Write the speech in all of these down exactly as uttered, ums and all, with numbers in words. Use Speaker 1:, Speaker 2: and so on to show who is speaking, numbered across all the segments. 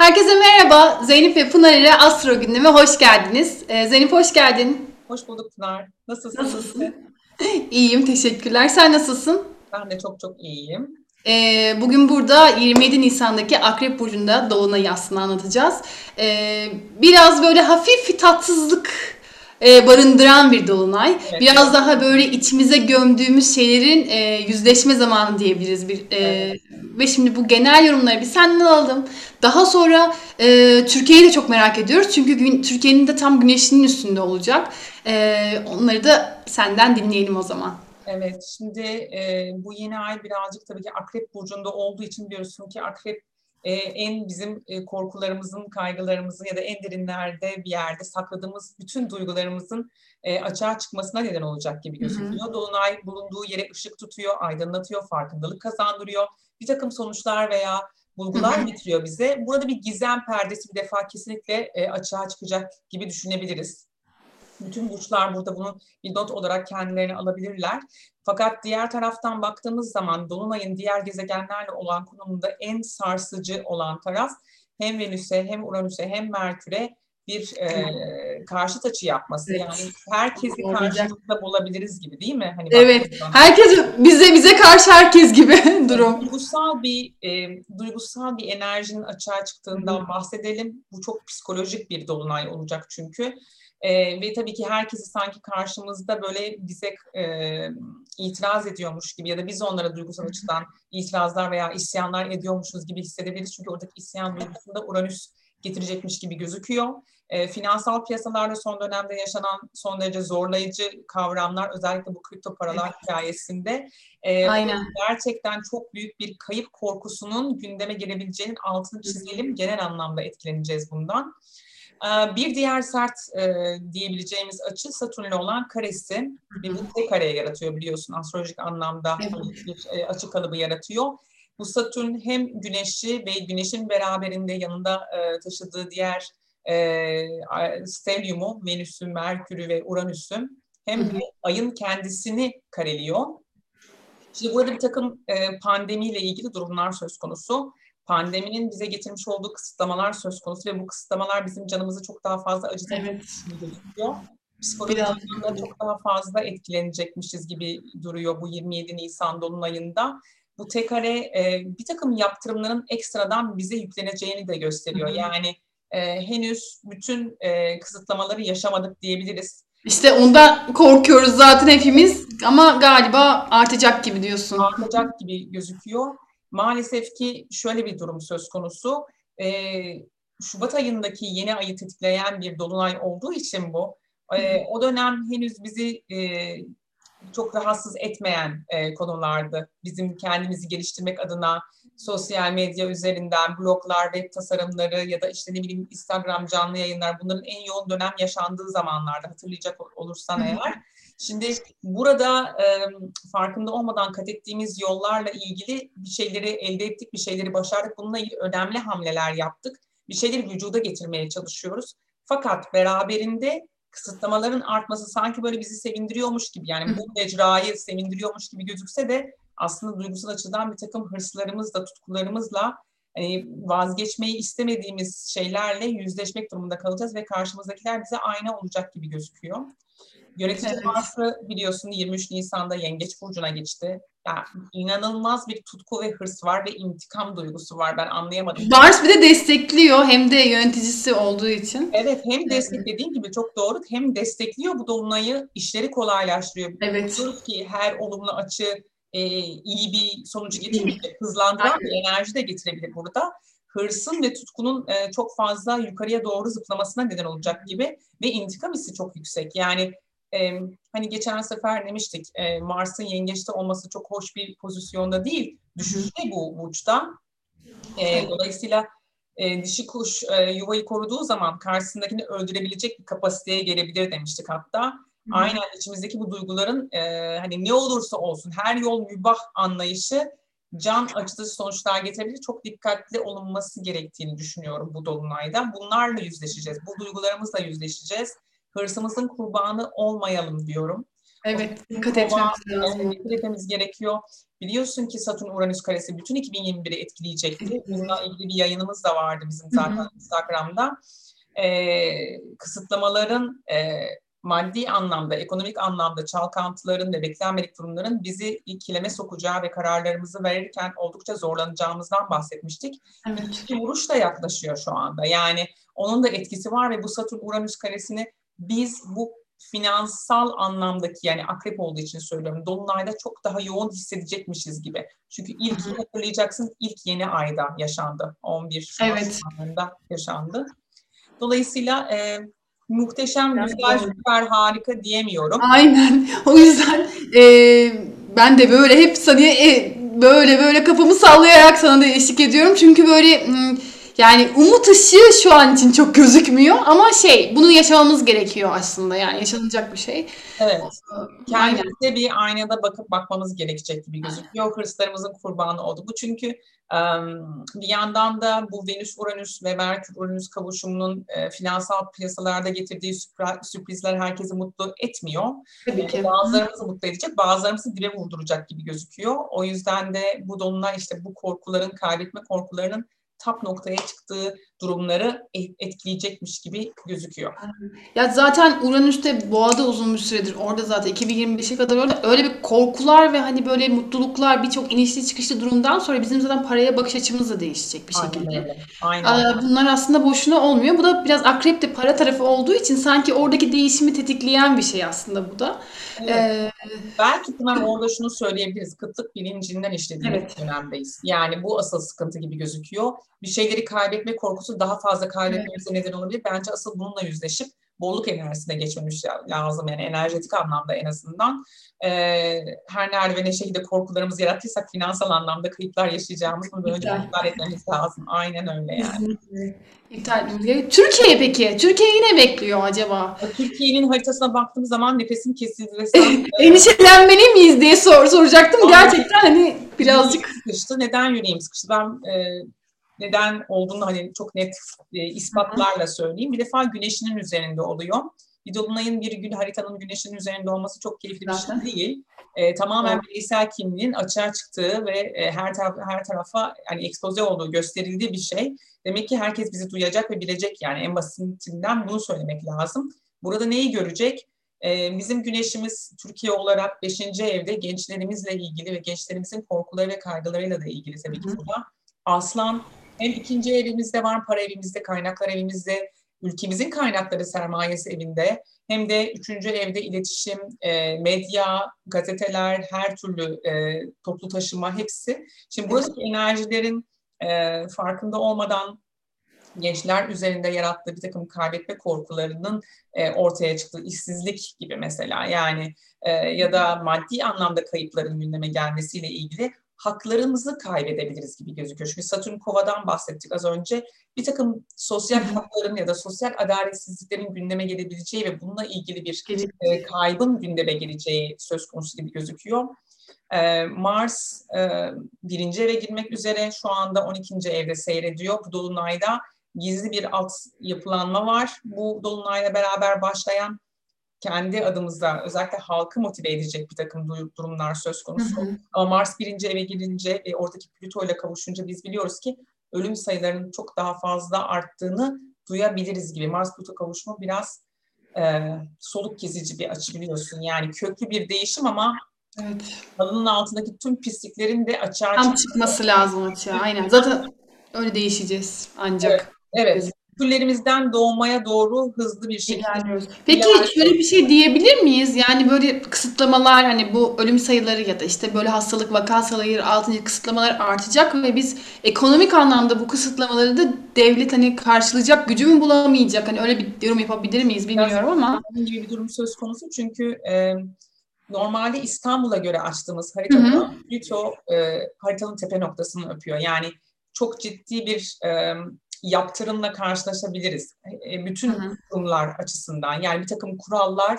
Speaker 1: Herkese merhaba. Zeynep ve Pınar ile Astro Gündem'e hoş geldiniz. Ee, Zeynep hoş geldin.
Speaker 2: Hoş bulduk Pınar. Nasılsın? İyi
Speaker 1: Nasılsın?
Speaker 2: misin?
Speaker 1: İyiyim, teşekkürler. Sen nasılsın?
Speaker 2: Ben de çok çok iyiyim.
Speaker 1: Ee, bugün burada yirmi yedi Nisan'daki Akrep Burcu'nda Dolunay'ı aslında anlatacağız. Ee, biraz böyle hafif tatsızlık e, barındıran bir Dolunay.
Speaker 2: Evet,
Speaker 1: Biraz
Speaker 2: evet,
Speaker 1: daha böyle içimize gömdüğümüz şeylerin e, yüzleşme zamanı diyebiliriz. Bir, e,
Speaker 2: evet.
Speaker 1: ve şimdi bu genel yorumları bir senden alalım. Daha sonra e, Türkiye'yi de çok merak ediyoruz. Çünkü gün, Türkiye'nin de tam güneşinin üstünde olacak. E, onları da senden dinleyelim o zaman.
Speaker 2: Evet, şimdi e, bu yeni ay birazcık tabii ki Akrep Burcu'nda olduğu için biliyorsun ki Akrep e, en bizim e, korkularımızın, kaygılarımızın ya da en derinlerde bir yerde sakladığımız bütün duygularımızın e, açığa çıkmasına neden olacak gibi
Speaker 1: Hı hı.
Speaker 2: gözüküyor. Dolunay bulunduğu yere ışık tutuyor, aydınlatıyor, farkındalık kazandırıyor. Bir takım sonuçlar veya
Speaker 1: Hı
Speaker 2: bulgular
Speaker 1: hı.
Speaker 2: getiriyor bize. Burada bir gizem perdesi bir defa kesinlikle e, açığa çıkacak gibi düşünebiliriz. Bütün burçlar burada bunu bir not olarak kendilerine alabilirler. Fakat diğer taraftan baktığımız zaman Dolunay'ın diğer gezegenlerle olan konumunda en sarsıcı olan taraf hem Venüs'e hem Uranüs'e hem Merkür'e bir e, karşıt açı yapması.
Speaker 1: Evet.
Speaker 2: Yani herkesi
Speaker 1: Olacak.
Speaker 2: karşımızda bulabiliriz gibi değil mi? Hani
Speaker 1: Evet.
Speaker 2: baktığımız zaman.
Speaker 1: Herkes bize bize karşı herkes gibi durum.
Speaker 2: Duygusal bir e, duygusal bir enerjinin açığa
Speaker 1: Hı hı.
Speaker 2: çıktığından bahsedelim. Bu çok psikolojik bir dolunay olacak çünkü. E, ve tabii ki herkesi sanki karşımızda böyle bize e, itiraz ediyormuş gibi ya da biz onlara duygusal açıdan itirazlar veya isyanlar ediyormuşuz gibi hissedebiliriz. Çünkü oradaki isyan duygusunda Uranüs getirecekmiş gibi gözüküyor. E, finansal piyasalarda son dönemde yaşanan son derece zorlayıcı kavramlar özellikle bu kripto paralar hikayesinde e,
Speaker 1: Aynen.
Speaker 2: gerçekten çok büyük bir kayıp korkusunun gündeme gelebileceğinin altını çizelim. Genel anlamda etkileneceğiz bundan. Ee, Bir diğer sert e, diyebileceğimiz açı Satürn'le olan karesi ve bu tek kareye yaratıyor biliyorsun astrolojik anlamda hani
Speaker 1: Evet.
Speaker 2: bir e, açı kalıbı yaratıyor. Bu Satürn hem Güneş'i ve Güneş'in beraberinde yanında e, taşıdığı diğer e, stelyumu, Venüs'ü, Merkür'ü ve Uranüs'ü
Speaker 1: Hı
Speaker 2: hem de
Speaker 1: hı.
Speaker 2: ayın kendisini kareliyor. Şimdi burada bir takım e, pandemiyle ilgili durumlar söz konusu. Pandeminin bize getirmiş olduğu kısıtlamalar söz konusu ve bu kısıtlamalar bizim canımızı çok daha fazla acıtacak
Speaker 1: Evet.
Speaker 2: gibi gözüküyor. Psikolojik
Speaker 1: Biraz
Speaker 2: anlamda çok daha fazla etkilenecekmişiz gibi duruyor bu yirmi yedi Nisan Dolunay'ında. Bu tekare e, bir takım yaptırımların ekstradan bize yükleneceğini de gösteriyor. Yani e, henüz bütün e, kısıtlamaları yaşamadık diyebiliriz.
Speaker 1: işte ondan korkuyoruz zaten hepimiz ama galiba artacak gibi diyorsun.
Speaker 2: Artacak gibi gözüküyor. Maalesef ki şöyle bir durum söz konusu. Ee, Şubat ayındaki yeni ayı tetikleyen bir dolunay olduğu için bu. Ee, o dönem henüz bizi e, çok rahatsız etmeyen e, konulardı. Bizim kendimizi geliştirmek adına sosyal medya üzerinden bloglar, web tasarımları ya da işte ne bileyim Instagram canlı yayınlar bunların en yoğun dönem yaşandığı zamanlarda hatırlayacak olursan eğer. Şimdi burada e, farkında olmadan kat ettiğimiz yollarla ilgili bir şeyleri elde ettik, bir şeyleri başardık. Bununla ilgili önemli hamleler yaptık. Bir şeyleri vücuda getirmeye çalışıyoruz. Fakat beraberinde kısıtlamaların artması sanki böyle bizi sevindiriyormuş gibi yani bu mecrayı sevindiriyormuş gibi gözükse de aslında duygusal açıdan bir takım hırslarımızla, tutkularımızla hani vazgeçmeyi istemediğimiz şeylerle yüzleşmek durumunda kalacağız ve karşımızdakiler bize ayna olacak gibi gözüküyor. Yönetici
Speaker 1: Evet.
Speaker 2: Mars'ı biliyorsun yirmi üç Nisan'da Yengeç Burcu'na geçti. Yani inanılmaz bir tutku ve hırs var ve intikam duygusu var. Ben anlayamadım.
Speaker 1: Mars bir de destekliyor hem de yöneticisi olduğu için.
Speaker 2: Evet, hem desteklediğin gibi çok doğru, hem destekliyor bu dolunayı, işleri kolaylaştırıyor.
Speaker 1: Evet.
Speaker 2: Biliyoruz ki her olumlu açı e, iyi bir sonucu getirmeyecek, hızlandıran bir enerji de getirebilir burada. Hırsın ve tutkunun e, çok fazla yukarıya doğru zıplamasına neden olacak gibi ve intikam hissi çok yüksek. Yani e, hani geçen sefer demiştik e, Mars'ın yengeçte olması çok hoş bir pozisyonda değil, düşüşte bu burçta. E, dolayısıyla e, dişi kuş e, yuvayı koruduğu zaman karşısındakini öldürebilecek bir kapasiteye gelebilir demiştik hatta. Aynen içimizdeki bu duyguların e, hani ne olursa olsun her yol mübah anlayışı can acıtıcı sonuçlar getirebilir. Çok dikkatli olunması gerektiğini düşünüyorum bu dolunayda. Bunlarla yüzleşeceğiz. Bu duygularımızla yüzleşeceğiz. Hırsımızın kurbanı olmayalım diyorum.
Speaker 1: Evet, dikkat etmemiz lazım.
Speaker 2: Dikkat etmemiz gerekiyor. Biliyorsun ki Satürn-Uranüs karesi bütün iki bin yirmi biri etkileyecekti. Bununla ilgili bir yayınımız da vardı bizim zaten Instagram'da. Ee, kısıtlamaların e, maddi anlamda, ekonomik anlamda çalkantıların ve beklenmedik durumların bizi ikileme sokacağı ve kararlarımızı verirken oldukça zorlanacağımızdan bahsetmiştik.
Speaker 1: Evet.
Speaker 2: İkinci vuruş da yaklaşıyor şu anda. Yani onun da etkisi var ve bu Satürn-Uranüs karesini biz bu finansal anlamdaki, yani akrep olduğu için söylüyorum, dolunayda çok daha yoğun hissedecekmişiz gibi. Çünkü ilk hatırlayacaksın, ilk yeni ayda yaşandı. on bir Şubat
Speaker 1: Evet.
Speaker 2: ayında yaşandı. Dolayısıyla e, muhteşem,
Speaker 1: Biraz
Speaker 2: güzel,
Speaker 1: zor.
Speaker 2: süper, harika diyemiyorum.
Speaker 1: Aynen. O yüzden e, ben de böyle hep sana e, böyle böyle kafamı sallayarak sana da eşlik ediyorum. Çünkü böyle hmm, yani umut ışığı şu an için çok gözükmüyor ama şey bunu yaşamamız gerekiyor aslında yani yaşanacak bir şey.
Speaker 2: Evet.
Speaker 1: Aynen.
Speaker 2: Kendimize bir aynada bakıp bakmamız gerekecek gibi gözüküyor. Hırslarımızın kurbanı oldu. Bu çünkü um, bir yandan da bu Venüs-Uranüs ve Merkür-Uranüs kavuşumunun e, finansal piyasalarda getirdiği sürprizler herkesi mutlu etmiyor.
Speaker 1: Tabii ki.
Speaker 2: Bazılarımızı mutlu edecek, bazılarımızı dibe vurduracak gibi gözüküyor. O yüzden de bu dolunay işte bu korkuların, kaybetme korkularının tap noktaya çıktığı durumları etkileyecekmiş gibi gözüküyor.
Speaker 1: Ya zaten Uranüs'te Boğa'da uzun bir süredir orada zaten iki bin yirmi beşe kadar orada öyle bir korkular ve hani böyle mutluluklar birçok inişli çıkışlı durumdan sonra bizim zaten paraya bakış açımız da değişecek bir
Speaker 2: Aynen
Speaker 1: şekilde.
Speaker 2: öyle. Aynen.
Speaker 1: Ee, Bunlar aslında boşuna olmuyor. Bu da biraz akrep de para tarafı olduğu için sanki oradaki değişimi tetikleyen bir şey aslında bu da.
Speaker 2: Evet.
Speaker 1: Ee,
Speaker 2: Belki Pınar orada şunu söyleyebiliriz. Kıtlık bilincinden işlediğimiz
Speaker 1: evet.
Speaker 2: dönemdeyiz. Yani bu asıl sıkıntı gibi gözüküyor. Bir şeyleri kaybetme korkusu daha fazla
Speaker 1: Evet.
Speaker 2: kaybetmemize neden olabilir. Bence asıl bununla yüzleşip bolluk enerjisine geçmemiz lazım. Yani enerjetik anlamda en azından. Ee, her nerede ve ne şekilde korkularımızı yarattıysak finansal anlamda kayıplar yaşayacağımız bunu önce
Speaker 1: İptal.
Speaker 2: iptal etmemiz lazım. Aynen öyle yani.
Speaker 1: Kesinlikle. İptal etmemiz gerekiyor. Türkiye peki? Türkiye yine bekliyor acaba?
Speaker 2: Türkiye'nin haritasına baktığım zaman nefesim kesildi resmen.
Speaker 1: Endişelenmeli miyiz diye sor, soracaktım. Gerçekten hani birazcık.
Speaker 2: Yüreğim sıkıştı. Neden yüreğim sıkıştı? Ben e, neden olduğunu hani çok net e, ispatlarla söyleyeyim. Bir defa güneşinin üzerinde oluyor. Bir dolunayın bir gün haritanın güneşinin üzerinde olması çok keyifli bir şey
Speaker 1: Zaten.
Speaker 2: değil. E, tamamen
Speaker 1: Doğru.
Speaker 2: bireysel kimliğin açığa çıktığı ve e, her taraf, her tarafa yani ekspoze olduğu gösterildiği bir şey. Demek ki herkes bizi duyacak ve bilecek, yani en basitinden bunu söylemek lazım. Burada neyi görecek? Ee, bizim güneşimiz Türkiye olarak beşinci evde gençlerimizle ilgili ve gençlerimizin korkuları ve kaygılarıyla da ilgili tabii ki burada. Aslan hem ikinci evimizde var, para evimizde, kaynaklar evimizde, ülkemizin kaynakları sermayesi evinde, hem de üçüncü evde iletişim, e, medya, gazeteler, her türlü e, toplu taşıma hepsi. Şimdi buradaki enerjilerin e, farkında olmadan gençler üzerinde yarattığı bir takım kaybetme korkularının e, ortaya çıktığı, işsizlik gibi mesela, yani e, ya da maddi anlamda kayıpların gündeme gelmesiyle ilgili haklarımızı kaybedebiliriz gibi gözüküyor. Çünkü Satürn Kova'dan bahsettik az önce. Bir takım sosyal hakların ya da sosyal adaletsizliklerin gündeme gelebileceği ve bununla ilgili bir e, kaybın gündeme geleceği söz konusu gibi gözüküyor. E, Mars e, birinci eve girmek üzere şu anda on ikinci evde seyrediyor. Bu dolunayda gizli bir alt yapılanma var. Bu dolunayla beraber başlayan, kendi adımıza özellikle halkı motive edecek bir takım durumlar söz konusu. Hı hı. Ama Mars birinci eve girince ve oradaki Plüto ile kavuşunca biz biliyoruz ki ölüm sayılarının çok daha fazla arttığını duyabiliriz gibi. Mars-Plüto kavuşumu biraz e, soluk kesici bir açı, biliyorsun. Yani köklü bir değişim ama
Speaker 1: evet,
Speaker 2: halının altındaki tüm pisliklerin de açığa
Speaker 1: tam
Speaker 2: çıkması.
Speaker 1: çıkması lazım açığa. Aynen. Zaten öyle değişeceğiz ancak.
Speaker 2: Evet, evet. Küllerimizden doğmaya doğru hızlı bir şekilde
Speaker 1: İlerliyoruz. Peki
Speaker 2: ilerliyoruz.
Speaker 1: şöyle bir şey diyebilir miyiz? Yani böyle kısıtlamalar, hani bu ölüm sayıları ya da işte böyle hastalık vaka sayıları altında kısıtlamalar artacak ve biz ekonomik anlamda bu kısıtlamaları da devlet hani karşılayacak gücü mü bulamayacak? Hani öyle bir yorum yapabilir miyiz bilmiyorum ama.
Speaker 2: Bunun gibi bir durum söz konusu çünkü e, normalde İstanbul'a göre açtığımız
Speaker 1: Hı
Speaker 2: haritada
Speaker 1: hı.
Speaker 2: Plüto e, haritanın tepe noktasını öpüyor. Yani çok ciddi bir e, yaptırımla karşılaşabiliriz. E, bütün
Speaker 1: Hı hı.
Speaker 2: kurumlar açısından. Yani bir takım kurallar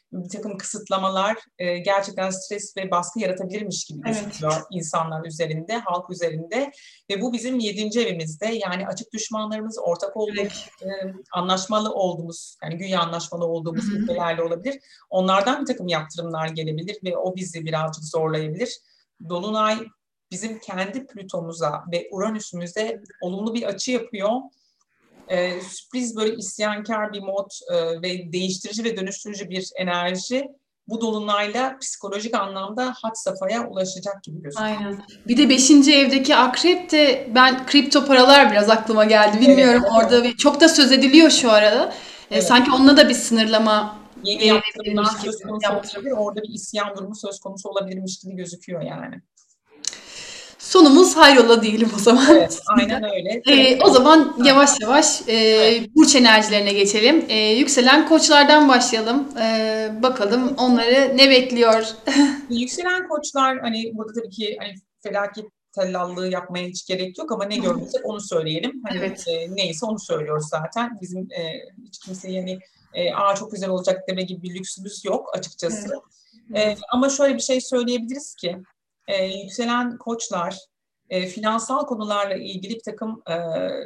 Speaker 2: bir takım kısıtlamalar e, gerçekten stres ve baskı yaratabilirmiş gibi
Speaker 1: Evet.
Speaker 2: gözüküyor insanlar üzerinde, halk üzerinde. Ve bu bizim yedinci evimizde, yani açık düşmanlarımız, ortak olduğumuz,
Speaker 1: Evet.
Speaker 2: e, anlaşmalı olduğumuz, yani güya anlaşmalı
Speaker 1: Hı
Speaker 2: olduğumuz
Speaker 1: hı.
Speaker 2: ülkelerle olabilir. Onlardan bir takım yaptırımlar gelebilir ve o bizi birazcık zorlayabilir. Dolunay bizim kendi Plüto'muza ve Uranüs'ümüze olumlu bir açı yapıyor. Ee, sürpriz, böyle isyankar bir mod e, ve değiştirici ve dönüştürücü bir enerji bu dolunayla psikolojik anlamda had safhaya ulaşacak gibi gözüküyor.
Speaker 1: Aynen. Bir de beşinci evdeki akrep de ben kripto paralar biraz aklıma geldi.
Speaker 2: Evet,
Speaker 1: Bilmiyorum
Speaker 2: evet,
Speaker 1: orada bir, çok da söz ediliyor şu arada. E,
Speaker 2: evet.
Speaker 1: sanki onunla da bir sınırlama
Speaker 2: Yeni yaptırımlar
Speaker 1: verilebilirmiş gibi
Speaker 2: söz konusu
Speaker 1: yaptırım.
Speaker 2: olabilir. Orada bir isyan durumu söz konusu olabilirmiş gibi gözüküyor yani.
Speaker 1: Sonumuz hayrola diyelim o zaman.
Speaker 2: Evet, aynen öyle. Tabii
Speaker 1: E,
Speaker 2: ki.
Speaker 1: o zaman
Speaker 2: Ha,
Speaker 1: yavaş yavaş
Speaker 2: evet.
Speaker 1: e, burç enerjilerine geçelim. E, yükselen koçlardan başlayalım. E, bakalım onları ne bekliyor?
Speaker 2: Yükselen koçlar, hani burada tabii ki hani felaket tellallığı yapmaya hiç gerek yok ama ne
Speaker 1: Hı hı.
Speaker 2: görürsek onu söyleyelim. Hani
Speaker 1: Evet.
Speaker 2: e, neyse onu söylüyoruz zaten. Bizim e, hiç kimseye yani e, aa çok güzel olacak deme gibi bir lüksümüz yok açıkçası.
Speaker 1: Evet.
Speaker 2: E,
Speaker 1: Evet.
Speaker 2: ama şöyle bir şey söyleyebiliriz ki e, yükselen koçlar e, finansal konularla ilgili bir takım e,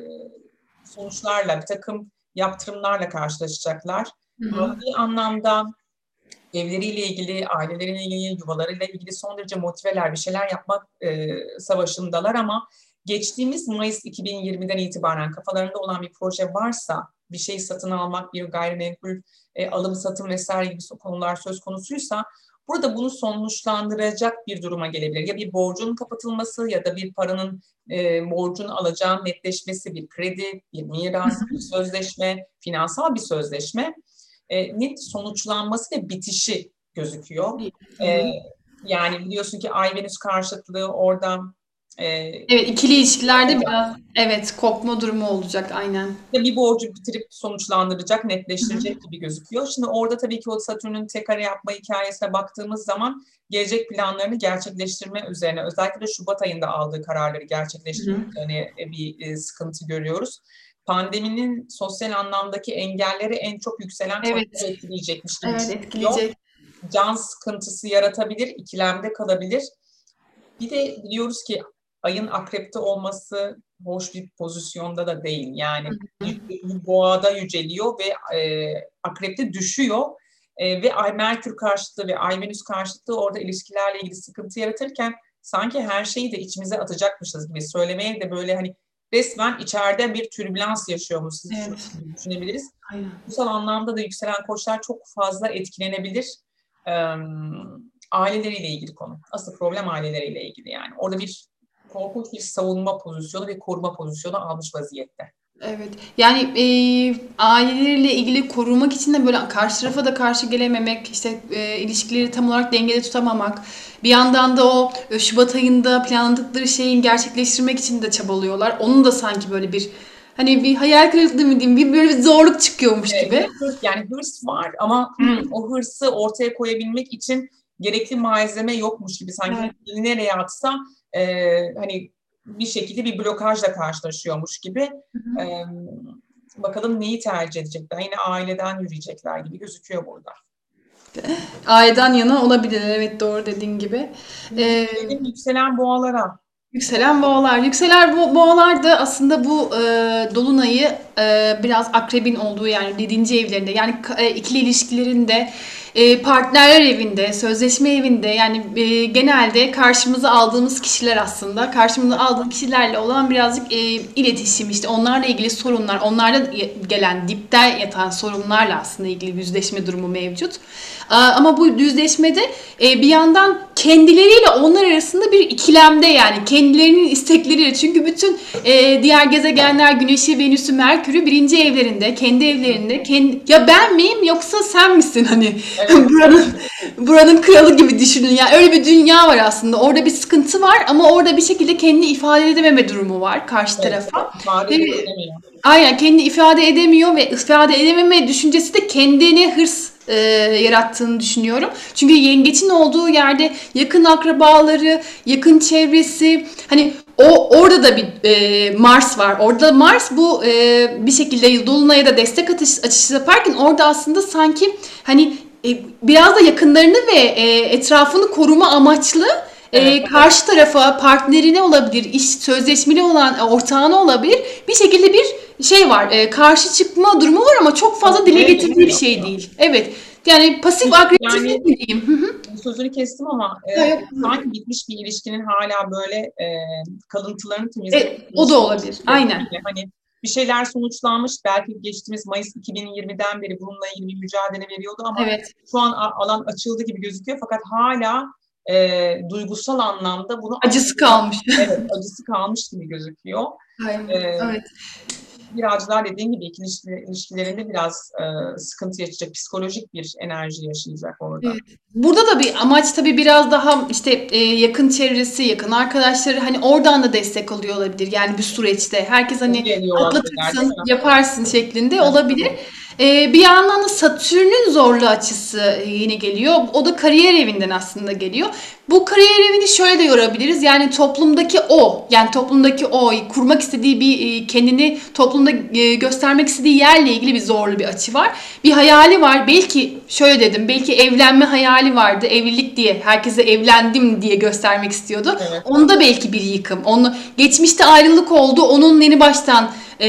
Speaker 2: sonuçlarla, bir takım yaptırımlarla karşılaşacaklar.
Speaker 1: Hı hı.
Speaker 2: Maddi anlamda evleriyle ilgili, aileleriyle ilgili, yuvalarıyla ilgili son derece motiveler, bir şeyler yapmak e, savaşındalar ama geçtiğimiz Mayıs iki bin yirmiden itibaren kafalarında olan bir proje varsa, bir şey satın almak, bir gayrimenkul e, alım satım vesaire gibi konular söz konusuysa, burada bunu sonuçlandıracak bir duruma gelebilir. Ya bir borcun kapatılması ya da bir paranın e, borcun alacağın netleşmesi, bir kredi, bir miras, bir sözleşme, finansal bir sözleşme e, net sonuçlanması ve bitişi gözüküyor.
Speaker 1: Hı
Speaker 2: E,
Speaker 1: hı.
Speaker 2: yani biliyorsun ki Ay Venüs karşıtlığı orada e,
Speaker 1: Evet, ikili ilişkilerde biraz evet kopma durumu olacak aynen.
Speaker 2: bir borcu bitirip sonuçlandıracak,
Speaker 1: Hı hı.
Speaker 2: netleştirecek gibi gözüküyor. Şimdi orada tabii ki o Satürn'ün tek kare yapma hikayesine baktığımız zaman gelecek planlarını gerçekleştirme üzerine, özellikle de Şubat ayında aldığı kararları
Speaker 1: Hı
Speaker 2: gerçekleştirme
Speaker 1: hı.
Speaker 2: üzerine bir e, sıkıntı görüyoruz. Pandeminin sosyal anlamdaki engelleri en çok yükselen
Speaker 1: Evet,
Speaker 2: konuları etkileyecekmiş gibi
Speaker 1: evet
Speaker 2: gözüküyor.
Speaker 1: etkileyecek.
Speaker 2: Can sıkıntısı yaratabilir, ikilemde kalabilir. Bir de biliyoruz ki ayın akrepte olması hoş bir pozisyonda da değil. Yani
Speaker 1: Hı hı.
Speaker 2: boğada yüceliyor ve e, akrepte düşüyor. E, ve Ay Merkür karşıtlığı ve Ay Venüs karşıtlığı orada ilişkilerle ilgili sıkıntı yaratırken sanki her şeyi de içimize atacakmışız gibi söylemeye de böyle hani resmen içeride bir türbülans yaşıyormuşuz
Speaker 1: Evet,
Speaker 2: gibi düşünebiliriz.
Speaker 1: aynen.
Speaker 2: Duygusal anlamda da yükselen koçlar çok fazla etkilenebilir. Ee, aileleriyle ilgili konu. Asıl problem aileleriyle ilgili yani. Orada bir korkunç bir savunma pozisyonu ve koruma pozisyonu almış vaziyette.
Speaker 1: Evet. Yani eee aileleriyle ilgili korumak için de böyle karşı tarafa da karşı gelememek, işte eee, ilişkileri tam olarak dengede tutamamak. Bir yandan da o e, Şubat ayında planladıkları şeyin gerçekleştirmek için de çabalıyorlar. Onun da sanki böyle bir hani bir hayal kırıklığı mı diyeyim, bir böyle bir zorluk çıkıyormuş
Speaker 2: Ee,
Speaker 1: gibi.
Speaker 2: bir hırs, yani hırs var ama o hırsı ortaya koyabilmek için gerekli malzeme yokmuş gibi, sanki
Speaker 1: Evet.
Speaker 2: elini nereye atsa e, hani bir şekilde bir blokajla karşılaşıyormuş gibi. Ee, bakalım neyi tercih edecekler? Yine aileden yürüyecekler gibi gözüküyor burada.
Speaker 1: Aileden yana olabilir. Evet doğru dediğin gibi.
Speaker 2: Şimdi
Speaker 1: Eee
Speaker 2: gelelim yükselen boğalara.
Speaker 1: Yükselen boğalar. Yükselen bo- boğalar da aslında bu e, dolunayı e, biraz akrebin olduğu yani yedinci evlerinde yani ka- e, ikili ilişkilerinde e, partnerler evinde, sözleşme evinde yani e, genelde karşımıza aldığımız kişiler aslında karşımıza aldığım kişilerle olan birazcık e, iletişim işte onlarla ilgili sorunlar, onlarda gelen dipten yatan sorunlarla aslında ilgili yüzleşme durumu mevcut. Aa, Ama bu yüzleşmede e, bir yandan kendileriyle onlar arasında bir ikilemde yani kendilerinin istekleriyle çünkü bütün e, diğer gezegenler Güneş'i, Venüs'ü, Merkür'ü birinci evlerinde, kendi evlerinde kendi, ya ben miyim yoksa sen misin hani
Speaker 2: Evet,
Speaker 1: buranın buranın kralı gibi düşünün yani öyle bir dünya var aslında orada bir sıkıntı var ama orada bir şekilde kendini ifade edememe durumu var karşı
Speaker 2: evet,
Speaker 1: tarafa.
Speaker 2: ifade
Speaker 1: Ve
Speaker 2: edilemiyor.
Speaker 1: aynen kendi ifade edemiyor ve ifade edememe düşüncesi de kendine hırs e, yarattığını düşünüyorum. Çünkü yengeçin olduğu yerde yakın akrabaları, yakın çevresi, hani o orada da bir e, Mars var. Orada Mars bu e, bir şekilde Dolunay'a da destek atış, açışı yaparken orada aslında sanki hani e, biraz da yakınlarını ve e, etrafını koruma amaçlı
Speaker 2: Evet,
Speaker 1: e, karşı tarafa, partnerine olabilir, iş sözleşmeli olan e, ortağına olabilir. Bir şekilde bir şey var. E, karşı çıkma durumu var ama çok fazla dile
Speaker 2: ortaya
Speaker 1: getirdiği bir
Speaker 2: geçiyor.
Speaker 1: şey değil. Evet. Yani pasif agresiflik
Speaker 2: Yani
Speaker 1: mi diyeyim? Hı hı.
Speaker 2: sözünü kestim ama
Speaker 1: Ha,
Speaker 2: e,
Speaker 1: yok.
Speaker 2: sanki bitmiş bir ilişkinin hala böyle e, kalıntılarını temizleme
Speaker 1: E, o da
Speaker 2: çalışıyormuş
Speaker 1: olabilir.
Speaker 2: gibi, değil
Speaker 1: Aynen.
Speaker 2: mi? Hani bir şeyler sonuçlanmış, belki geçtiğimiz Mayıs iki bin yirmiden beri bununla ilgili bir mücadele veriyordu ama
Speaker 1: Evet.
Speaker 2: şu an a- alan açıldı gibi gözüküyor fakat hala e, duygusal anlamda bunu
Speaker 1: Acısı
Speaker 2: aşmaya,
Speaker 1: kalmış.
Speaker 2: evet, acısı kalmış gibi gözüküyor.
Speaker 1: Aynen.
Speaker 2: E,
Speaker 1: Evet.
Speaker 2: Biraz daha dediğim gibi ikili ilişki- ilişkilerinde biraz e, sıkıntı yaşayacak, psikolojik bir enerji yaşayacak orada.
Speaker 1: Evet. Burada da bir amaç tabii biraz daha işte e, yakın çevresi, yakın arkadaşları hani oradan da destek alıyor olabilir. Yani bu süreçte herkes
Speaker 2: Onu
Speaker 1: hani
Speaker 2: geliyor olabilirler, değil
Speaker 1: atlatırsın,
Speaker 2: mi?
Speaker 1: yaparsın şeklinde
Speaker 2: Hı.
Speaker 1: olabilir. E, bir yandan da Satürn'ün zorlu açısı e, yine geliyor. O da kariyer evinden aslında geliyor. Bu kariyer evini şöyle de yorabiliriz. Yani toplumdaki o, yani toplumdaki o kurmak istediği bir e, kendini toplumda e, göstermek istediği yerle ilgili bir zorlu bir açı var. Bir hayali var. Belki şöyle dedim. Belki evlenme hayali vardı. Evlilik diye. Herkese evlendim diye göstermek istiyordu.
Speaker 2: Evet,
Speaker 1: Onda belki bir yıkım. Onu geçmişte ayrılık oldu. Onun yeni baştan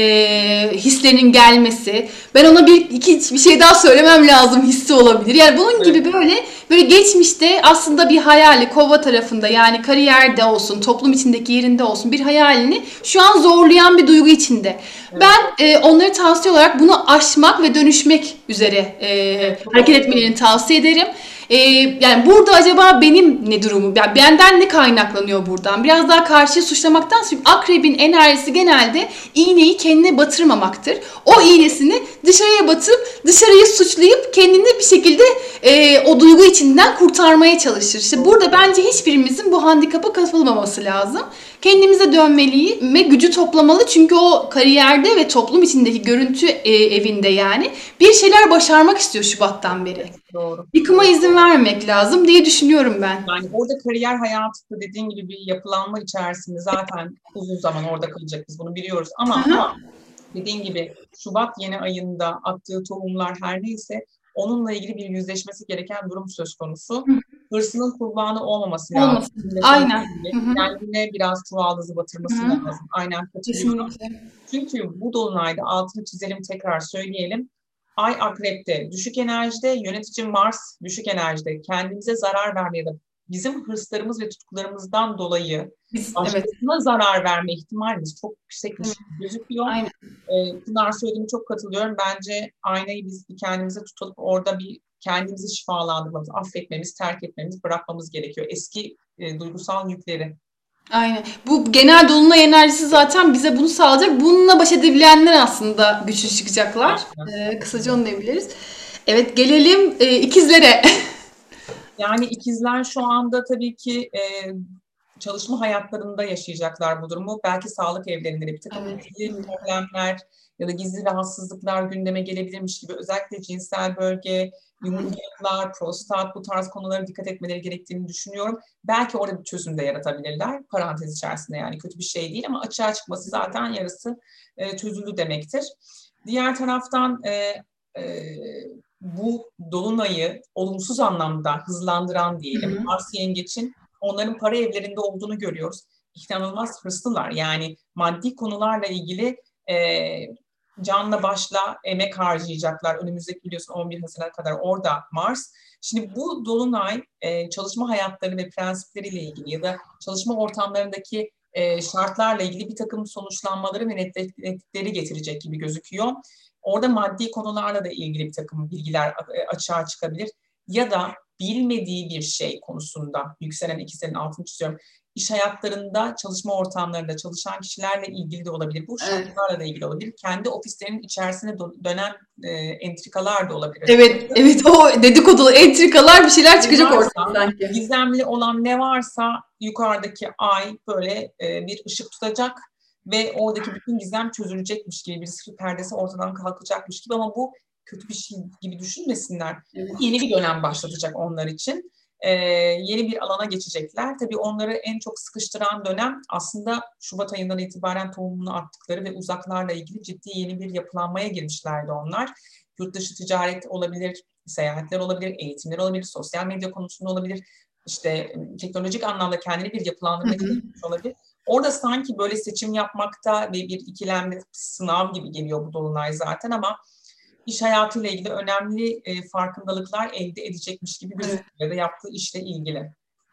Speaker 1: e, hislerinin gelmesi. Ben ona bir iki bir şey daha söylemem lazım hissi olabilir. Yani bunun
Speaker 2: evet.
Speaker 1: gibi böyle böyle geçmişte aslında bir hayali kova tarafında yani kariyerde olsun, toplum içindeki yerinde olsun bir hayalini şu an zorlayan bir duygu içinde.
Speaker 2: Evet,
Speaker 1: Ben e, onları tavsiye olarak bunu aşmak ve dönüşmek üzere e,
Speaker 2: evet, çok
Speaker 1: hareket
Speaker 2: doğru
Speaker 1: etmelerini
Speaker 2: söylüyorsun.
Speaker 1: tavsiye ederim. E, Yani burada acaba benim ne durumum? Yani benden ne kaynaklanıyor buradan? Biraz daha karşıyı suçlamaktan çünkü akrebin enerjisi genelde iğneyi kendine batırmamaktır. O iğnesini dışarıya batıp dışarıyı suçlayıp kendini bir şekilde e, o duygu içinden kurtarmaya çalışır. İşte
Speaker 2: Doğru.
Speaker 1: burada bence hiçbirimizin bu handikapa kapılmaması lazım. Kendimize dönmeli ve gücü toplamalı çünkü o kariyerde ve toplum içindeki görüntü e, evinde yani bir şeyler başarmak istiyor Şubat'tan beri.
Speaker 2: Evet, doğru,
Speaker 1: Yıkıma
Speaker 2: doğru.
Speaker 1: izin vermemek lazım diye düşünüyorum ben.
Speaker 2: Yani orada kariyer hayatı da dediğin gibi bir yapılanma içerisinde zaten uzun zaman orada kalacak, biz bunu biliyoruz ama dediğin gibi Şubat yeni ayında attığı tohumlar her neyse onunla ilgili bir yüzleşmesi gereken durum söz konusu. Hırsının kurbanı olmaması lazım.
Speaker 1: Olmasın.
Speaker 2: Sizin de
Speaker 1: Aynen.
Speaker 2: söylediğim gibi
Speaker 1: Hı hı.
Speaker 2: kendine biraz çuvaldızı
Speaker 1: Hı
Speaker 2: batırması
Speaker 1: hı.
Speaker 2: lazım. Aynen katılıyorum.
Speaker 1: Kesinlikle.
Speaker 2: Çünkü bu dolunayda altını çizelim, tekrar söyleyelim. Ay akrepte, düşük enerjide, yönetici Mars düşük enerjide. Kendimize zarar vermeye de bizim hırslarımız ve tutkularımızdan dolayı
Speaker 1: Biz, evet.
Speaker 2: başkasına zarar verme ihtimalimiz çok yüksekmiş
Speaker 1: Evet.
Speaker 2: gibi gözüküyor.
Speaker 1: Aynen.
Speaker 2: Ee, Pınar söylediğine çok katılıyorum. Bence aynayı biz bir kendimize tutup orada bir kendimizi şifalandırmamız, affetmemiz, terk etmemiz, bırakmamız gerekiyor. Eski e, duygusal yükleri.
Speaker 1: Aynen. Bu genel dolunay enerjisi zaten bize bunu sağlayacak. Bununla baş edebilenler aslında güçlü çıkacaklar.
Speaker 2: Aynen.
Speaker 1: Ee, kısaca onu diyebiliriz. Evet gelelim e, ikizlere.
Speaker 2: Yani ikizler şu anda tabii ki e, çalışma hayatlarında yaşayacaklar bu durumu. Belki sağlık evlerinde de bir takım
Speaker 1: Evet.
Speaker 2: gizli problemler ya da gizli rahatsızlıklar gündeme gelebilirmiş gibi özellikle cinsel bölge, yumurtalıklar, prostat bu tarz konulara dikkat etmeleri gerektiğini düşünüyorum. Belki orada bir çözüm de yaratabilirler. Parantez içerisinde yani kötü bir şey değil ama açığa çıkması zaten yarısı e, çözüldü demektir. Diğer taraftan e, e, bu dolunayı olumsuz anlamda hızlandıran
Speaker 1: Hı
Speaker 2: diyelim
Speaker 1: hı.
Speaker 2: Mars Yengeç'in onların para evlerinde olduğunu görüyoruz. İnanılmaz hırslılar. Yani maddi konularla ilgili e, canla başla emek harcayacaklar. Önümüzdeki biliyorsun on bir Haziran'a kadar orada Mars. Şimdi bu dolunay e, çalışma hayatları ve prensipleriyle ilgili ya da çalışma ortamlarındaki e, şartlarla ilgili bir takım sonuçlanmaları ve netlikleri getirecek gibi gözüküyor. Orada maddi konularla da ilgili bir takım bilgiler açığa çıkabilir. Ya da bilmediği bir şey konusunda yükselen ikizlerin altını çiziyorum. İş hayatlarında, çalışma ortamlarında çalışan kişilerle ilgili de olabilir. Bu
Speaker 1: Evet.
Speaker 2: şartlarla da ilgili olabilir. Kendi ofislerinin içerisine dönen e, entrikalar da olabilir.
Speaker 1: Evet, evet o dedikodu, entrikalar bir şeyler
Speaker 2: Ne
Speaker 1: çıkacak ortaya
Speaker 2: varsa,
Speaker 1: sanki.
Speaker 2: gizemli olan ne varsa yukarıdaki ay böyle e, bir ışık tutacak ve oradaki bütün gizem çözülecekmiş gibi bir sır perdesi ortadan kalkacakmış gibi ama bu kötü bir şey gibi düşünmesinler. Bu
Speaker 1: Evet.
Speaker 2: yeni bir dönem başlatacak onlar için. Ee, yeni bir alana geçecekler. Tabii onları en çok sıkıştıran dönem aslında Şubat ayından itibaren tohumunu attıkları ve uzaklarla ilgili ciddi yeni bir yapılanmaya girmişlerdi onlar. yurt dışı ticaret olabilir, seyahatler olabilir, eğitimler olabilir, sosyal medya konusunda olabilir. İşte teknolojik anlamda kendini bir yapılandırmaya çalışmış olabilir. Orada sanki böyle seçim yapmakta ve bir ikilemde sınav gibi geliyor bu dolunay zaten ama iş hayatıyla ilgili önemli e, farkındalıklar elde edecekmiş gibi gözüküyor
Speaker 1: Evet.
Speaker 2: ya da yaptığı işle ilgili.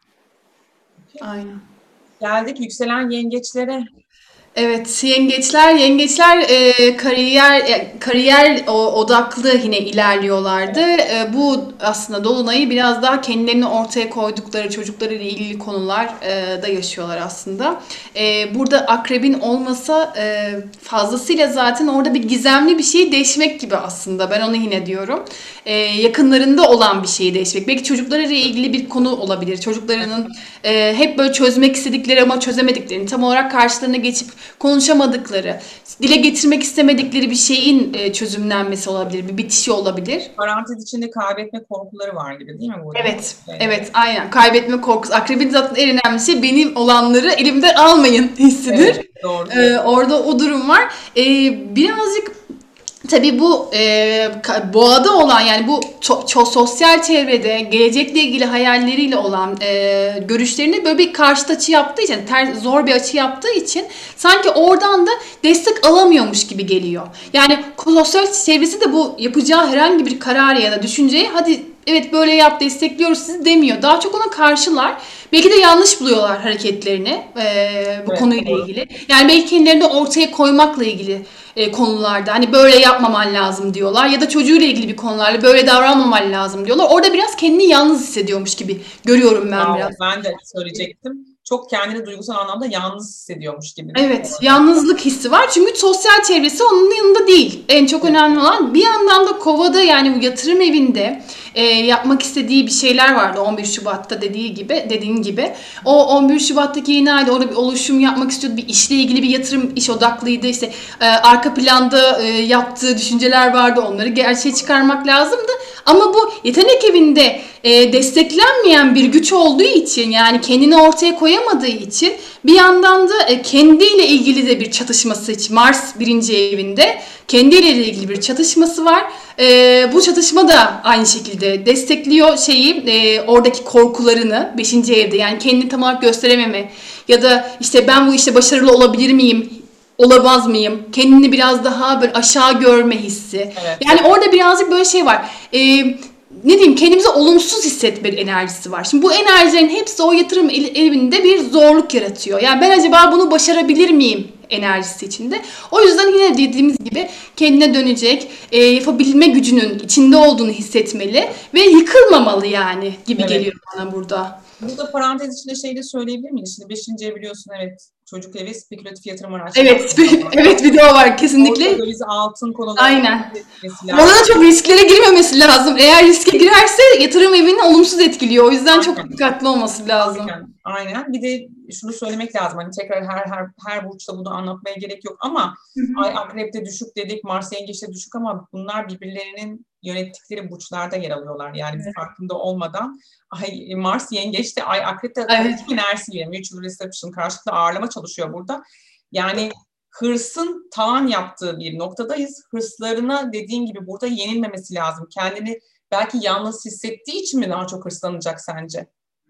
Speaker 1: Aynen.
Speaker 2: Geldik yükselen yengeçlere.
Speaker 1: Evet, yengeçler, yengeçler e, kariyer e, kariyer o- odaklı yine ilerliyorlardı. E, bu aslında dolunayı biraz daha kendilerini ortaya koydukları çocuklarıyla ilgili konular e, da yaşıyorlar aslında. E, burada akrebin olmasa e, fazlasıyla zaten orada bir gizemli bir şeyi deşmek gibi aslında. Ben onu yine diyorum. E, yakınlarında olan bir şeyi deşmek. Belki çocuklarıyla ilgili bir konu olabilir. Çocuklarının e, hep böyle çözmek istedikleri ama çözemediklerini, tam olarak karşılarına geçip konuşamadıkları, dile getirmek istemedikleri bir şeyin e, çözümlenmesi olabilir, bir bitişi olabilir.
Speaker 2: Parantez içinde kaybetme korkuları var gibi değil mi burada?
Speaker 1: Evet,
Speaker 2: Evet,
Speaker 1: evet, aynen. Kaybetme korkusu. Akrebin zaten en önemli şey benim olanları elimden almayın
Speaker 2: evet,
Speaker 1: hissidir.
Speaker 2: doğru.
Speaker 1: Ee, orada o durum var. Ee, birazcık tabii bu e, ka- boğada olan, yani bu ço- ço- sosyal çevrede gelecekle ilgili hayalleriyle olan e, görüşlerini böyle bir karşıt açı yaptığı için, ter, zor bir açı yaptığı için sanki oradan da destek alamıyormuş gibi geliyor. Yani sosyal çevresi de bu yapacağı herhangi bir kararı ya da düşünceyi hadi evet böyle yap, destekliyoruz sizi demiyor. Daha çok ona karşılar. Belki de yanlış buluyorlar hareketlerini e, bu
Speaker 2: Evet,
Speaker 1: konuyla
Speaker 2: doğru.
Speaker 1: ilgili. Yani belki kendilerini ortaya koymakla ilgili e, konularda hani böyle yapmaman lazım diyorlar ya da çocuğuyla ilgili bir konularla böyle davranmaman lazım diyorlar. Orada biraz kendini yalnız hissediyormuş gibi görüyorum ben biraz.
Speaker 2: Bravo. Ben de söyleyecektim. Çok kendini duygusal anlamda yalnız hissediyormuş gibi değil mi
Speaker 1: Evet,
Speaker 2: orada?
Speaker 1: yalnızlık hissi var çünkü sosyal çevresi onun yanında değil. En çok
Speaker 2: Evet.
Speaker 1: önemli olan, bir yandan da Kova'da, yani bu yatırım evinde e, yapmak istediği bir şeyler vardı on bir Şubat'ta dediği gibi, dediğin gibi. O on bir Şubat'taki yeni ayda orada bir oluşum yapmak istiyordu. Bir işle ilgili bir yatırım, iş odaklıydı. İşte e, arka planda e, yaptığı düşünceler vardı. Onları gerçeğe çıkarmak lazımdı. Ama bu yetenek evinde e, desteklenmeyen bir güç olduğu için, yani kendini ortaya koyamadığı için bir yandan da e, kendiyle ilgili de bir çatışması için, Mars birinci evinde kendiyle ilgili bir çatışması var. E, bu çatışma da aynı şekilde destekliyor şeyi, e, oradaki korkularını beşinci evde, yani kendini tam olarak gösterememe ya da işte ben bu işte başarılı olabilir miyim, olamaz mıyım? Kendini biraz daha böyle aşağı görme hissi.
Speaker 2: Evet.
Speaker 1: Yani orada birazcık böyle şey var. Ee, ne diyeyim, kendimizi olumsuz hissetme enerjisi var. Şimdi bu enerjilerin hepsi o yatırım evinde bir zorluk yaratıyor. Yani ben acaba bunu başarabilir miyim enerjisi içinde. O yüzden yine dediğimiz gibi kendine dönecek, e, yapabilme gücünün içinde olduğunu hissetmeli ve yıkılmamalı yani gibi
Speaker 2: Evet.
Speaker 1: geliyor bana burada.
Speaker 2: Burada parantez içinde şey de söyleyebilir miyiz? Şimdi beşinci ev biliyorsun, evet, çocuk evi, spekülatif yatırım araçları.
Speaker 1: Evet, evet, video var kesinlikle.
Speaker 2: Borsa, döviz, altın konularına
Speaker 1: Aynen.
Speaker 2: etmesi
Speaker 1: Orada
Speaker 2: lazım.
Speaker 1: da çok risklere girmemesi lazım. Eğer riske girerse yatırım evini olumsuz etkiliyor. O yüzden çok
Speaker 2: Aynen.
Speaker 1: dikkatli olması lazım.
Speaker 2: Aynen, aynen. Bir de şunu söylemek lazım. Hani tekrar her her her burçta bunu anlatmaya gerek yok ama Ay Akrep'te düşük dedik, Mars Yengeç'te düşük ama bunlar birbirlerinin yönettikleri burçlarda yer alıyorlar. Yani biz farkında olmadan Ay Mars Yengeç'te, Ay Akrep'te
Speaker 1: Evet.
Speaker 2: karşılıklı enerjisiyle mutual reception, karşılıklı ağırlama çalışıyor burada. Yani hırsın tavan yaptığı bir noktadayız. Hırslarına dediğin gibi burada yenilmemesi lazım. Kendini belki yalnız hissettiği için mi daha çok hırslanacak sence?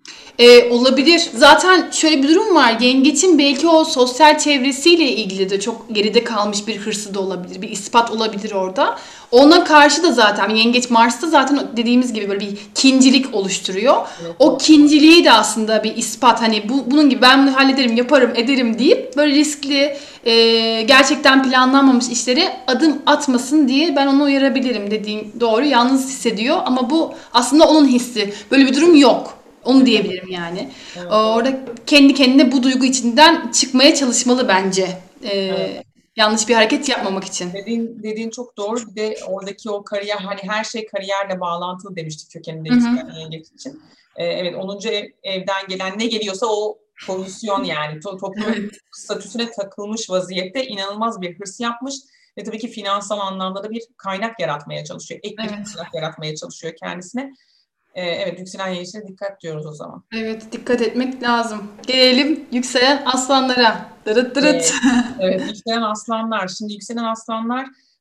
Speaker 1: Ee, olabilir. Zaten şöyle bir durum var. Yengeç'in belki o sosyal çevresiyle ilgili de çok geride kalmış bir hırsı da olabilir. Bir ispat olabilir orada. Ona karşı da zaten Yengeç Mars'ta zaten dediğimiz gibi böyle bir kincilik oluşturuyor.
Speaker 2: Evet,
Speaker 1: O
Speaker 2: doğru.
Speaker 1: kinciliği de aslında bir ispat. Hani bu, bunun gibi ben bunu hallederim, yaparım, ederim deyip böyle riskli, e, gerçekten planlanmamış işlere adım atmasın diye ben onu uyarabilirim, dediğin doğru. Yalnız hissediyor ama bu aslında onun hissi. Böyle bir durum yok. Onu diyebilirim yani.
Speaker 2: Evet,
Speaker 1: Orada kendi kendine bu duygu içinden çıkmaya çalışmalı bence. Ee,
Speaker 2: evet.
Speaker 1: yanlış bir hareket yapmamak için.
Speaker 2: Dediğin, dediğin çok doğru. Bir de oradaki o kariyer, hani her şey kariyerle bağlantılı demiştik kökeninde
Speaker 1: Hı hı.
Speaker 2: yükselen yengeç için. Ee, evet, onuncu ev, evden gelen ne geliyorsa o pozisyon, yani to, toplum
Speaker 1: Evet.
Speaker 2: statüsüne takılmış vaziyette inanılmaz bir hırs yapmış ve tabii ki finansal anlamda da bir kaynak yaratmaya çalışıyor. Ek bir
Speaker 1: Evet.
Speaker 2: kaynak yaratmaya çalışıyor kendisine. Ee, evet, yükselen yengeçlere dikkat diyoruz o zaman.
Speaker 1: Evet, dikkat etmek lazım. Gelelim yükselen aslanlara. Dırıt dırıt.
Speaker 2: Evet, evet, yükselen aslanlar. Şimdi yükselen aslanlar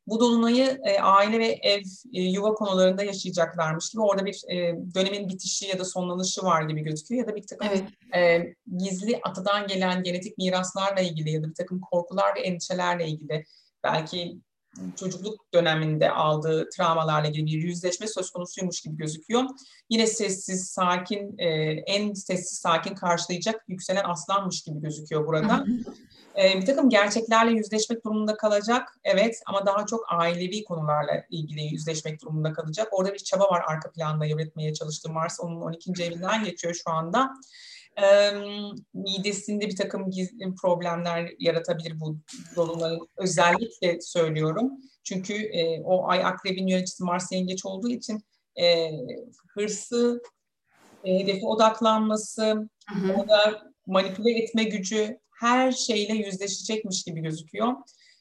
Speaker 2: Bu dolunayı e, aile ve ev, e, yuva konularında yaşayacaklarmış gibi. Orada bir e, dönemin bitişi ya da sonlanışı var gibi gözüküyor. Ya da bir takım
Speaker 1: Evet.
Speaker 2: e, gizli atadan gelen genetik miraslarla ilgili ya da bir takım korkular ve endişelerle ilgili, belki çocukluk döneminde aldığı travmalarla ilgili bir yüzleşme söz konusuymuş gibi gözüküyor. Yine sessiz, sakin, e, en sessiz, sakin karşılayacak yükselen aslanmış gibi gözüküyor
Speaker 1: Hı
Speaker 2: burada.
Speaker 1: hı.
Speaker 2: E, bir takım gerçeklerle yüzleşmek durumunda kalacak, evet, ama daha çok ailevi konularla ilgili yüzleşmek durumunda kalacak. Orada bir çaba var arka planda yönetmeye çalıştığı Mars, onun on ikinci evinden geçiyor şu anda. E, midesinde bir takım gizli problemler yaratabilir bu dolunayın, özellikle söylüyorum. Çünkü e, o ay akrebin yöneticisi Mars yengeç olduğu için e, hırsı, e, hedefe odaklanması,
Speaker 1: Hı hı.
Speaker 2: orada manipüle etme gücü, her şeyle yüzleşecekmiş gibi gözüküyor.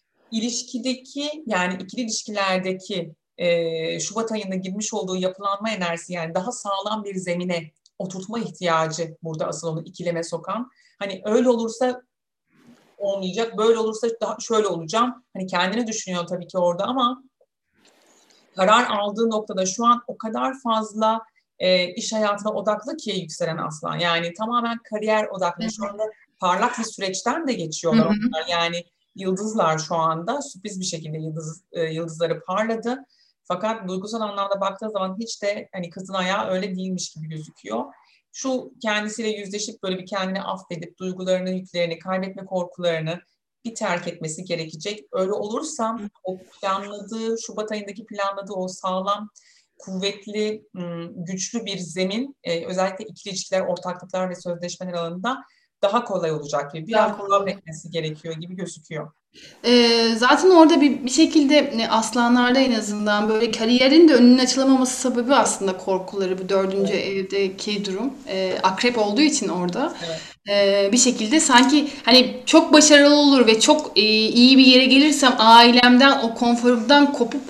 Speaker 2: İlişkideki, yani ikili ilişkilerdeki e, Şubat ayında girmiş olduğu yapılanma enerjisi, yani daha sağlam bir zemine oturtma ihtiyacı burada asıl onu ikileme sokan. Hani öyle olursa olmayacak, böyle olursa daha şöyle olacağım. Hani kendini düşünüyor tabii ki orada, ama karar aldığı noktada şu an o kadar fazla e, iş hayatına odaklı ki yükselen aslan. Yani tamamen kariyer odaklı.
Speaker 1: Evet.
Speaker 2: Şu anda parlak bir süreçten de
Speaker 1: Hı
Speaker 2: geçiyorlar
Speaker 1: hı.
Speaker 2: onlar. Yani yıldızlar şu anda sürpriz bir şekilde yıldız e, yıldızları parladı. Fakat duygusal anlamda baktığı zaman hiç de hani kızın ayağı öyle değilmiş gibi gözüküyor. Şu kendisiyle yüzleşip böyle bir kendini affedip duygularını, yüklerini, kaybetme korkularını bir terk etmesi gerekecek. Öyle olursa o planladığı, Şubat ayındaki planladığı o sağlam, kuvvetli, güçlü bir zemin, özellikle ikili ilişkiler, ortaklıklar ve sözleşmeler alanında daha kolay olacak gibi. Biraz
Speaker 1: Daha kolay.
Speaker 2: sabretmesi gerekiyor gibi gözüküyor.
Speaker 1: Ee, zaten orada bir, bir şekilde ne, aslanlarda en azından böyle kariyerin de önünün açılamaması sebebi aslında korkuları, bu dördüncü
Speaker 2: Evet,
Speaker 1: evdeki durum. Ee, akrep olduğu için orada
Speaker 2: evet,
Speaker 1: ee, bir şekilde sanki hani çok başarılı olur ve çok e, iyi bir yere gelirsem ailemden, o konforumdan kopup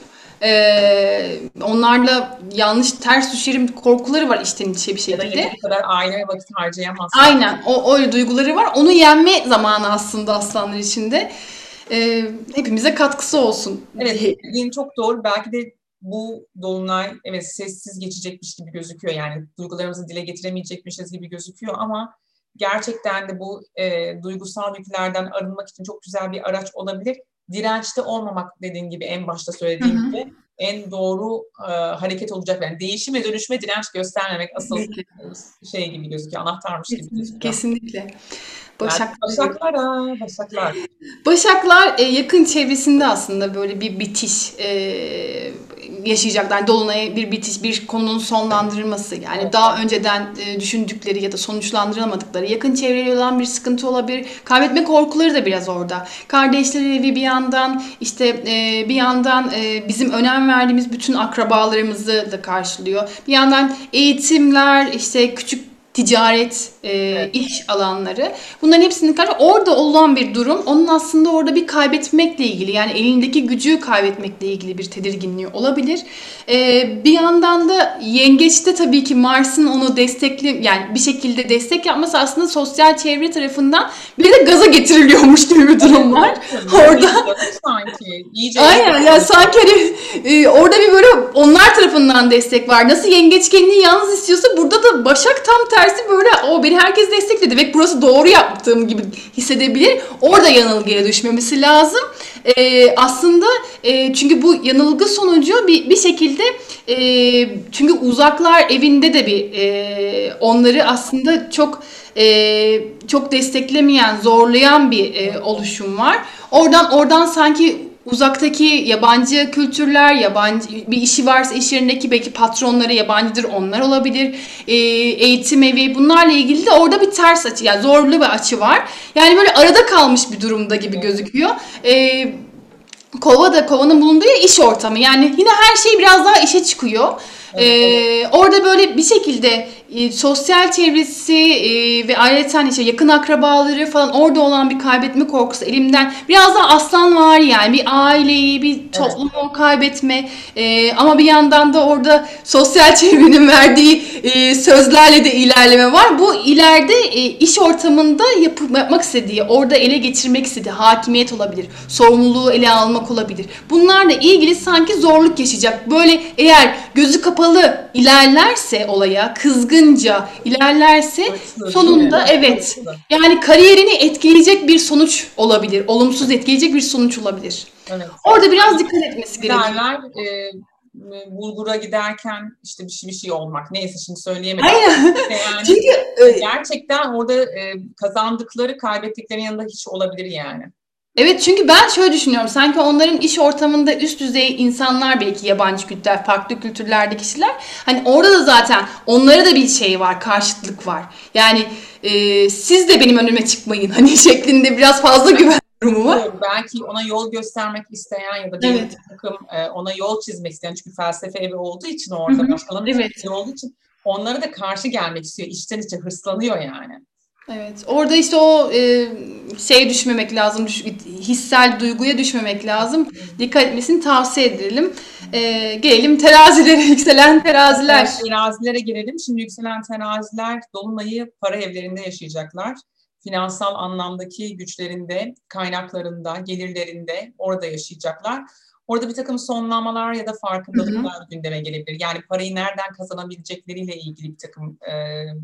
Speaker 1: e, onlarla yanlış ters düşerim korkuları var içten içe bir
Speaker 2: ya da
Speaker 1: şekilde.
Speaker 2: yeteri kadar aileme vakit harcayamazsam.
Speaker 1: Aynen. O öyle duyguları var. Onu yenme zamanı aslında aslanlar içinde. Ee, hepimize katkısı olsun
Speaker 2: Evet,
Speaker 1: diye.
Speaker 2: dediğin çok doğru. Belki de bu dolunay, evet, sessiz geçecekmiş gibi gözüküyor. Yani duygularımızı dile getiremeyecekmişiz gibi gözüküyor, ama gerçekten de bu e, duygusal yüklerden arınmak için çok güzel bir araç olabilir. Dirençte olmamak, dediğin gibi, en başta
Speaker 1: Hı
Speaker 2: söylediğin
Speaker 1: hı.
Speaker 2: gibi en doğru e, hareket olacak. Yani değişime dönüşme direnç göstermemek asıl
Speaker 1: Kesinlikle.
Speaker 2: şey gibi gözüküyor, anahtarmış gibi
Speaker 1: Kesin-
Speaker 2: gözüküyor.
Speaker 1: Kesinlikle.
Speaker 2: Yani
Speaker 1: Başaklar
Speaker 2: başaklara, başaklar.
Speaker 1: Başaklar e, yakın çevresinde aslında böyle bir bitiş e, yaşayacaklar. Dolunay'a bir bitiş, bir konunun sonlandırılması. Yani
Speaker 2: Evet,
Speaker 1: daha önceden e, düşündükleri ya da sonuçlandıramadıkları yakın çevreyle olan bir sıkıntı olabilir. Kaybetme korkuları da biraz orada. Kardeşleri evi bir yandan, işte e, bir yandan e, bizim önem verdiğimiz bütün akrabalarımızı da karşılıyor. Bir yandan eğitimler, işte küçük ticaret, e,
Speaker 2: evet.
Speaker 1: iş alanları. Bunların hepsinin karşı orada olan bir durum. Onun aslında orada bir kaybetmekle ilgili, yani elindeki gücü kaybetmekle ilgili bir tedirginliği olabilir. E, bir yandan da yengeçte tabii ki Mars'ın onu destekli, yani bir şekilde destek yapması aslında sosyal çevre tarafından bir de gaza getiriliyormuş gibi bir durum var. Orada
Speaker 2: Sanki iyice
Speaker 1: aynen ya, sanki hani e, orada bir böyle onlar tarafından destek var. Nasıl yengeç kendini yalnız istiyorsa burada da Başak tam tersi, böyle o beni herkes destekledi ve burası doğru yaptığım gibi hissedebilir. Orada yanılgıya düşmemesi lazım. E, aslında e, çünkü bu yanılgı sonucu bir bir şekilde e, çünkü uzaklar evinde de bir e, onları aslında çok e, çok desteklemeyen, zorlayan bir e, oluşum var. Oradan oradan sanki uzaktaki yabancı kültürler, yabancı bir işi varsa iş yerindeki belki patronları yabancıdır, onlar olabilir. E, eğitim evi, bunlarla ilgili de orada bir ters açı, yani zorlu bir açı var. Yani böyle arada kalmış bir durumda gibi gözüküyor. E, Kova da, kovanın bulunduğu yer iş ortamı. Yani yine her şey biraz daha işe çıkıyor.
Speaker 2: Evet,
Speaker 1: Ee, orada böyle bir şekilde e, sosyal çevresi e, ve ayrıca işte yakın akrabaları falan orada olan bir kaybetme korkusu elimden biraz da aslan var yani bir aileyi bir
Speaker 2: evet,
Speaker 1: toplumu kaybetme. Ee, ama bir yandan da orada sosyal çevrenin verdiği e, sözlerle de ilerleme var. Bu ileride e, iş ortamında yapı- yapmak istediği, orada ele geçirmek istediği hakimiyet olabilir, sorumluluğu ele almak olabilir. Bunlarla ilgili sanki zorluk yaşayacak. Böyle eğer gözü kapalı ilerlerse olaya, kızgınca ilerlerse
Speaker 2: hırslı değil mi?
Speaker 1: sonunda
Speaker 2: Aşırı
Speaker 1: evet
Speaker 2: hırslı.
Speaker 1: yani kariyerini etkileyecek bir sonuç olabilir. Olumsuz etkileyecek bir sonuç olabilir.
Speaker 2: Evet.
Speaker 1: Orada biraz dikkat etmesi
Speaker 2: Ne
Speaker 1: gerekiyor.
Speaker 2: derler? E, bulgura giderken işte bir şey bir şey olmak. Neyse şimdi söyleyemedim.
Speaker 1: Aynen.
Speaker 2: İşte yani
Speaker 1: Çünkü
Speaker 2: e,
Speaker 1: e,
Speaker 2: gerçekten orada e, kazandıkları kaybettiklerinin yanında hiç olabilir yani.
Speaker 1: evet çünkü ben şöyle düşünüyorum. Sanki onların iş ortamında üst düzey insanlar belki yabancı kültürler, farklı kültürlerde kişiler. Hani orada da zaten onlara da bir şey var, karşıtlık var. Yani e, siz de benim önüme çıkmayın hani şeklinde biraz fazla güven durumu var.
Speaker 2: Doğru. Belki ona yol göstermek isteyen ya da belli
Speaker 1: Evet.
Speaker 2: bir takım e, ona yol çizmek isteyen çünkü felsefe evi olduğu için
Speaker 1: Hı
Speaker 2: orada
Speaker 1: hı.
Speaker 2: başkalarının
Speaker 1: Evet.
Speaker 2: fikri olduğu için onlara da karşı gelmek istiyor. İçten içe hırslanıyor yani.
Speaker 1: Evet. Orada işte o e, şeye düşmemek lazım. Düş, hissel duyguya düşmemek lazım. Dikkat etmesini tavsiye edelim. E, gelelim terazilere, yükselen teraziler.
Speaker 2: Evet, terazilere girelim. Şimdi yükselen teraziler dolunayı para evlerinde yaşayacaklar. Finansal anlamdaki güçlerinde, kaynaklarında, gelirlerinde orada yaşayacaklar. Orada bir takım sonlamalar ya da
Speaker 1: Hı hı.
Speaker 2: farkındalıklar gündeme gelebilir. Yani parayı nereden kazanabilecekleriyle ilgili bir takım e,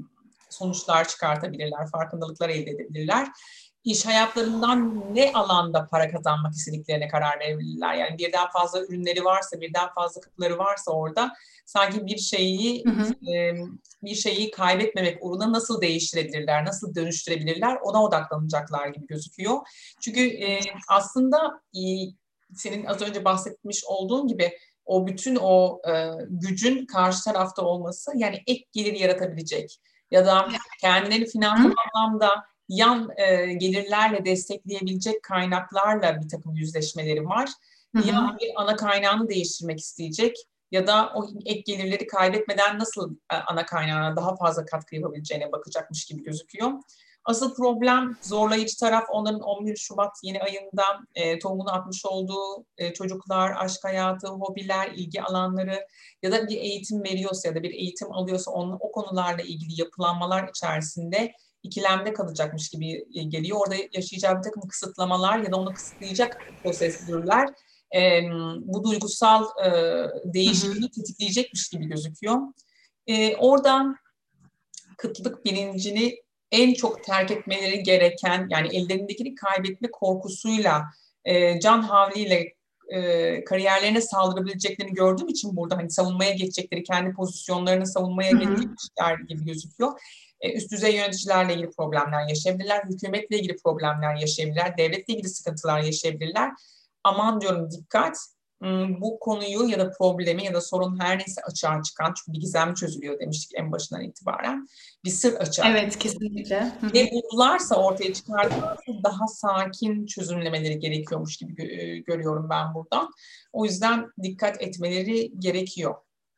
Speaker 2: sonuçlar çıkartabilirler, farkındalıklar elde edebilirler. İş hayatlarından ne alanda para kazanmak istediklerine karar verebilirler. Yani birden fazla ürünleri varsa, birden fazla kapıları varsa orada sanki bir şeyi
Speaker 1: Hı hı.
Speaker 2: e, bir şeyi kaybetmemek uğruna nasıl değiştirebilirler, nasıl dönüştürebilirler ona odaklanacaklar gibi gözüküyor. Çünkü e, aslında e, senin az önce bahsetmiş olduğun gibi o bütün o e, gücün karşı tarafta olması yani ek gelir yaratabilecek ya da kendileri finansal
Speaker 1: Hı
Speaker 2: anlamda yan e, gelirlerle destekleyebilecek kaynaklarla bir takım yüzleşmeleri var.
Speaker 1: hı.
Speaker 2: Ya
Speaker 1: Hı.
Speaker 2: bir ana kaynağını değiştirmek isteyecek ya da o ek gelirleri kaybetmeden nasıl e, ana kaynağına daha fazla katkı yapabileceğine bakacakmış gibi gözüküyor. Asıl problem zorlayıcı taraf onların on bir Şubat yeni ayında e, tohumunu atmış olduğu e, çocuklar, aşk hayatı, hobiler, ilgi alanları ya da bir eğitim veriyorsa ya da bir eğitim alıyorsa onun, o konularla ilgili yapılanmalar içerisinde ikilemde kalacakmış gibi e, geliyor. Orada yaşayacağı bir takım kısıtlamalar ya da onu kısıtlayacak prosedürler e, bu duygusal e,
Speaker 1: Hı hı.
Speaker 2: değişikliği tetikleyecekmiş gibi gözüküyor. E, oradan kıtlık bilincini en çok terk etmeleri gereken yani ellerindekini kaybetme korkusuyla e, can havliyle e, kariyerlerine saldırabileceklerini gördüğüm için burada hani savunmaya geçecekleri kendi pozisyonlarını savunmaya
Speaker 1: Hı hı.
Speaker 2: geçecekler gibi gözüküyor. E, üst düzey yöneticilerle ilgili problemler yaşayabilirler, hükümetle ilgili problemler yaşayabilirler, devletle ilgili sıkıntılar yaşayabilirler. Aman diyorum dikkat bu konuyu ya da problemi ya da sorun her neyse açığa çıkan çünkü bir gizem çözülüyor demiştik en başından itibaren bir sır açığa
Speaker 1: Evet kesinlikle. Hı hı.
Speaker 2: ne buldularsa ortaya çıkardılarsa daha sakin çözümlemeleri gerekiyormuş gibi gö- görüyorum ben buradan. O yüzden dikkat etmeleri gerekiyor.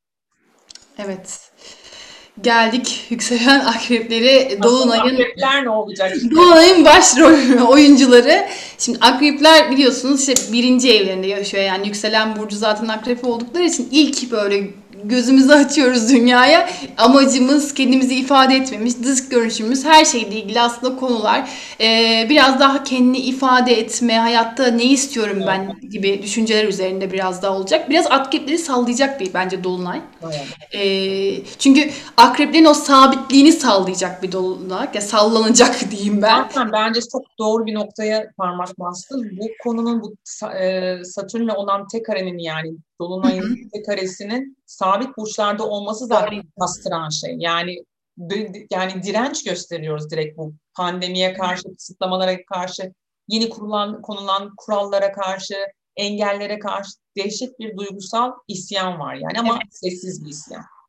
Speaker 1: Evet. Geldik yükselen akrepleri
Speaker 2: Asıl
Speaker 1: Dolunay'ın
Speaker 2: akrepler ne olacak şimdi?
Speaker 1: Dolunay'ın başrol oyuncuları. Şimdi akrepler biliyorsunuz işte birinci evlerinde yaşıyor. Yani yükselen burcu zaten akrep oldukları için ilk böyle gözümüzü açıyoruz dünyaya. Amacımız kendimizi ifade etmemiz, dış görünüşümüz her şeyle ilgili aslında konular. Ee, biraz daha kendini ifade etme, hayatta ne istiyorum
Speaker 2: Evet,
Speaker 1: ben gibi düşünceler üzerinde biraz daha olacak. Biraz akrepleri sallayacak bir bence Dolunay.
Speaker 2: evet.
Speaker 1: Ee, çünkü akreplerin o sabitliğini sağlayacak bir dolunay. Ya sallanacak diyeyim ben.
Speaker 2: Zaten bence çok doğru bir noktaya parmak bastın. Bu konunun bu e, Satürn'le olan tek karenin yani Dolunay'ın tek karesinin sabit burçlarda olması zaten bastıran şey. Yani yani direnç gösteriyoruz direkt bu pandemiye karşı, kısıtlamalara karşı, yeni kurulan konulan kurallara karşı, engellere karşı dehşet bir duygusal isyan var yani ama
Speaker 1: Evet.
Speaker 2: sessiz bir isyan.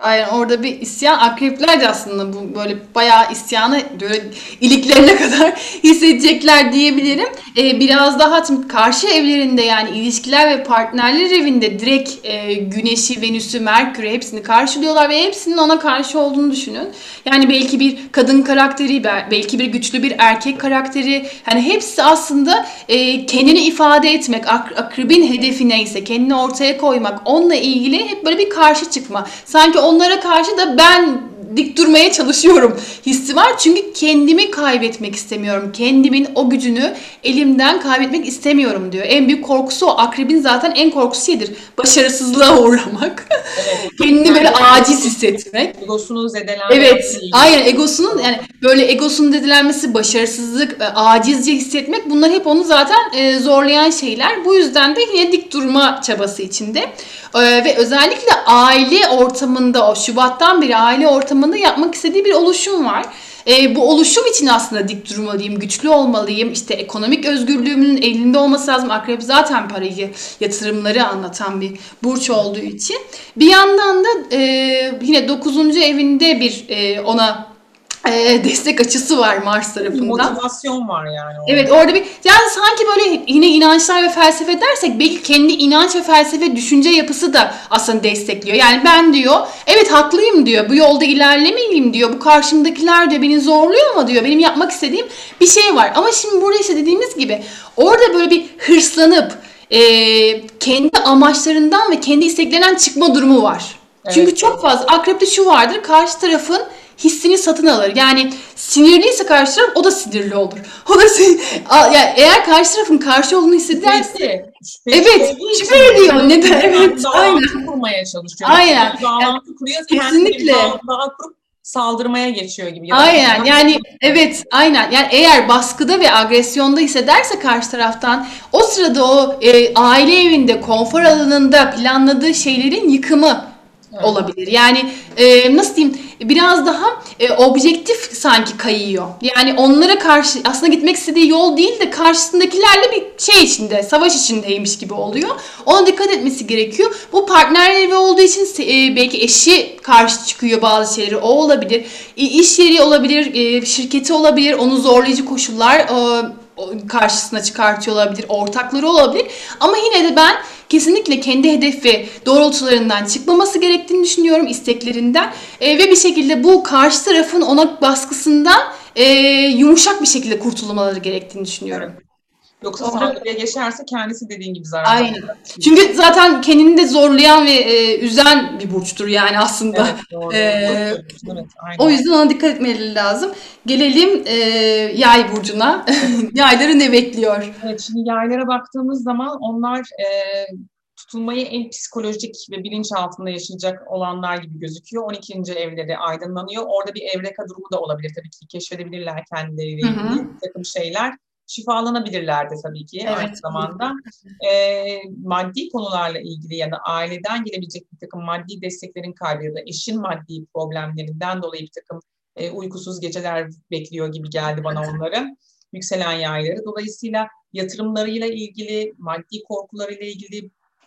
Speaker 1: Aynen, orada bir isyan. Akrepler de aslında bu böyle bayağı isyanı böyle iliklerine kadar hissedecekler diyebilirim. Ee, biraz daha şimdi karşı evlerinde, yani ilişkiler ve partnerler evinde direkt e, Güneş'i, Venüs'ü, Merkür'ü hepsini karşılıyorlar ve hepsinin ona karşı olduğunu düşünün. Yani belki bir kadın karakteri, bel- belki bir güçlü bir erkek karakteri. Hani hepsi aslında e, kendini ifade etmek, ak- akrebin hedefi neyse kendini ortaya koymak, onunla ilgili hep böyle bir karşı çıkma. Sanki onlara karşı da ben dik durmaya çalışıyorum hissi var. Çünkü kendimi kaybetmek istemiyorum. Kendimin o gücünü elimden kaybetmek istemiyorum diyor. En büyük korkusu o. Akrebin zaten en korkusu şeydir: başarısızlığa uğramak.
Speaker 2: Evet.
Speaker 1: Kendini böyle
Speaker 2: Yani
Speaker 1: aciz hissetmek.
Speaker 2: egosunun zedelenmesiyle
Speaker 1: Evet,
Speaker 2: ilgili.
Speaker 1: aynen, egosunun, yani böyle egosunun dedilenmesi, başarısızlık, e, acizce hissetmek, bunlar hep onu zaten e, zorlayan şeyler. Bu yüzden de yine dik durma çabası içinde. E, ve özellikle aile ortamında, o Şubat'tan beri aile ortamında yapmak istediği bir oluşum var. E, bu oluşum için aslında dik durmalıyım, güçlü olmalıyım. İşte ekonomik özgürlüğümün elinde olması lazım. Akrep zaten parayı, yatırımları anlatan bir burç olduğu için. Bir yandan da e, yine dokuzuncu evinde bir e, ona e, destek açısı var Mars
Speaker 2: Bir
Speaker 1: tarafından.
Speaker 2: motivasyon var yani orada.
Speaker 1: Evet, orada bir, yani sanki böyle yine inançlar ve felsefe dersek, belki kendi inanç ve felsefe düşünce yapısı da aslında destekliyor. Yani ben diyor, evet haklıyım diyor, bu yolda ilerlemeliyim diyor, bu karşımdakiler diyor beni zorluyor ama diyor benim yapmak istediğim bir şey var. Ama şimdi burada işte dediğimiz gibi orada böyle bir hırslanıp e, kendi amaçlarından ve kendi isteklerinden çıkma durumu var. Çünkü
Speaker 2: Evet,
Speaker 1: çok fazla akrepte şu vardır: karşı tarafın hissini satın alır. Yani sinirliyse karşı taraf, o da sinirli olur. O da sin- A- yani eğer karşı tarafın karşı olduğunu hissederse,
Speaker 2: şüpheci, şüpheci
Speaker 1: evet,
Speaker 2: olduğu
Speaker 1: şüphe
Speaker 2: için de
Speaker 1: ediyor. Neden?
Speaker 2: hemen
Speaker 1: Evet,
Speaker 2: bir
Speaker 1: aynen.
Speaker 2: bağlantı kurmaya çalışıyor. Bir
Speaker 1: Aynen.
Speaker 2: bir
Speaker 1: Yani
Speaker 2: bağlantı kuruyor, kendine bir bağ,
Speaker 1: kesinlikle.
Speaker 2: bağ kurup saldırmaya geçiyor gibi ya da
Speaker 1: Aynen,
Speaker 2: öfkeden
Speaker 1: yani
Speaker 2: kopmak
Speaker 1: evet, aynen, yani eğer baskıda ve agresyonda hissederse karşı taraftan, o sırada o e, aile evinde konfor alanında planladığı şeylerin yıkımı
Speaker 2: evet.
Speaker 1: olabilir. Yani e, nasıl diyeyim, biraz daha e, objektif sanki kayıyor. Yani onlara karşı aslında gitmek istediği yol değil de karşısındakilerle bir şey içinde, savaş içindeymiş gibi oluyor. Ona dikkat etmesi gerekiyor. Bu partnerleri olduğu için e, belki eşi karşı çıkıyor bazı şeyleri. O olabilir. E, iş yeri olabilir, e, şirketi olabilir. Onu zorlayıcı koşullar e, karşısına çıkartıyor olabilir. Ortakları olabilir. Ama yine de ben kesinlikle kendi hedef ve doğrultularından çıkmaması gerektiğini düşünüyorum, isteklerinden. E, ve bir şekilde bu karşı tarafın ona baskısından e, yumuşak bir şekilde kurtulmaları gerektiğini düşünüyorum.
Speaker 2: Evet. Yoksa
Speaker 1: Orada
Speaker 2: saldırıya geçerse kendisi dediğin gibi zarar
Speaker 1: aynen.
Speaker 2: görür.
Speaker 1: Çünkü zaten kendini de zorlayan ve e, üzen bir burçtur yani aslında.
Speaker 2: Evet, doğru doğru. Doğru
Speaker 1: E,
Speaker 2: söylüyorsun. Evet,
Speaker 1: o
Speaker 2: aynen.
Speaker 1: yüzden ona dikkat etmeleri lazım. Gelelim e, Yay burcuna.
Speaker 2: Evet.
Speaker 1: Yayları ne bekliyor?
Speaker 2: Evet, şimdi yaylara baktığımız zaman onlar e, tutulmayı en psikolojik ve bilinç altında yaşayacak olanlar gibi gözüküyor. on ikinci evleri aydınlanıyor. Orada bir evreka durumu da olabilir. Tabii ki keşfedebilirler kendileriyle
Speaker 1: Hı
Speaker 2: ilgili
Speaker 1: hı.
Speaker 2: bir takım şeyler. Şifalanabilirler de tabii ki aynı
Speaker 1: Evet.
Speaker 2: zamanda. E, maddi konularla ilgili ya da aileden gelebilecek bir takım maddi desteklerin kaybı ya da eşin maddi problemlerinden dolayı bir takım e, uykusuz geceler bekliyor gibi geldi bana onların. Yükselen yayları. Dolayısıyla yatırımlarıyla ilgili, maddi korkularıyla ilgili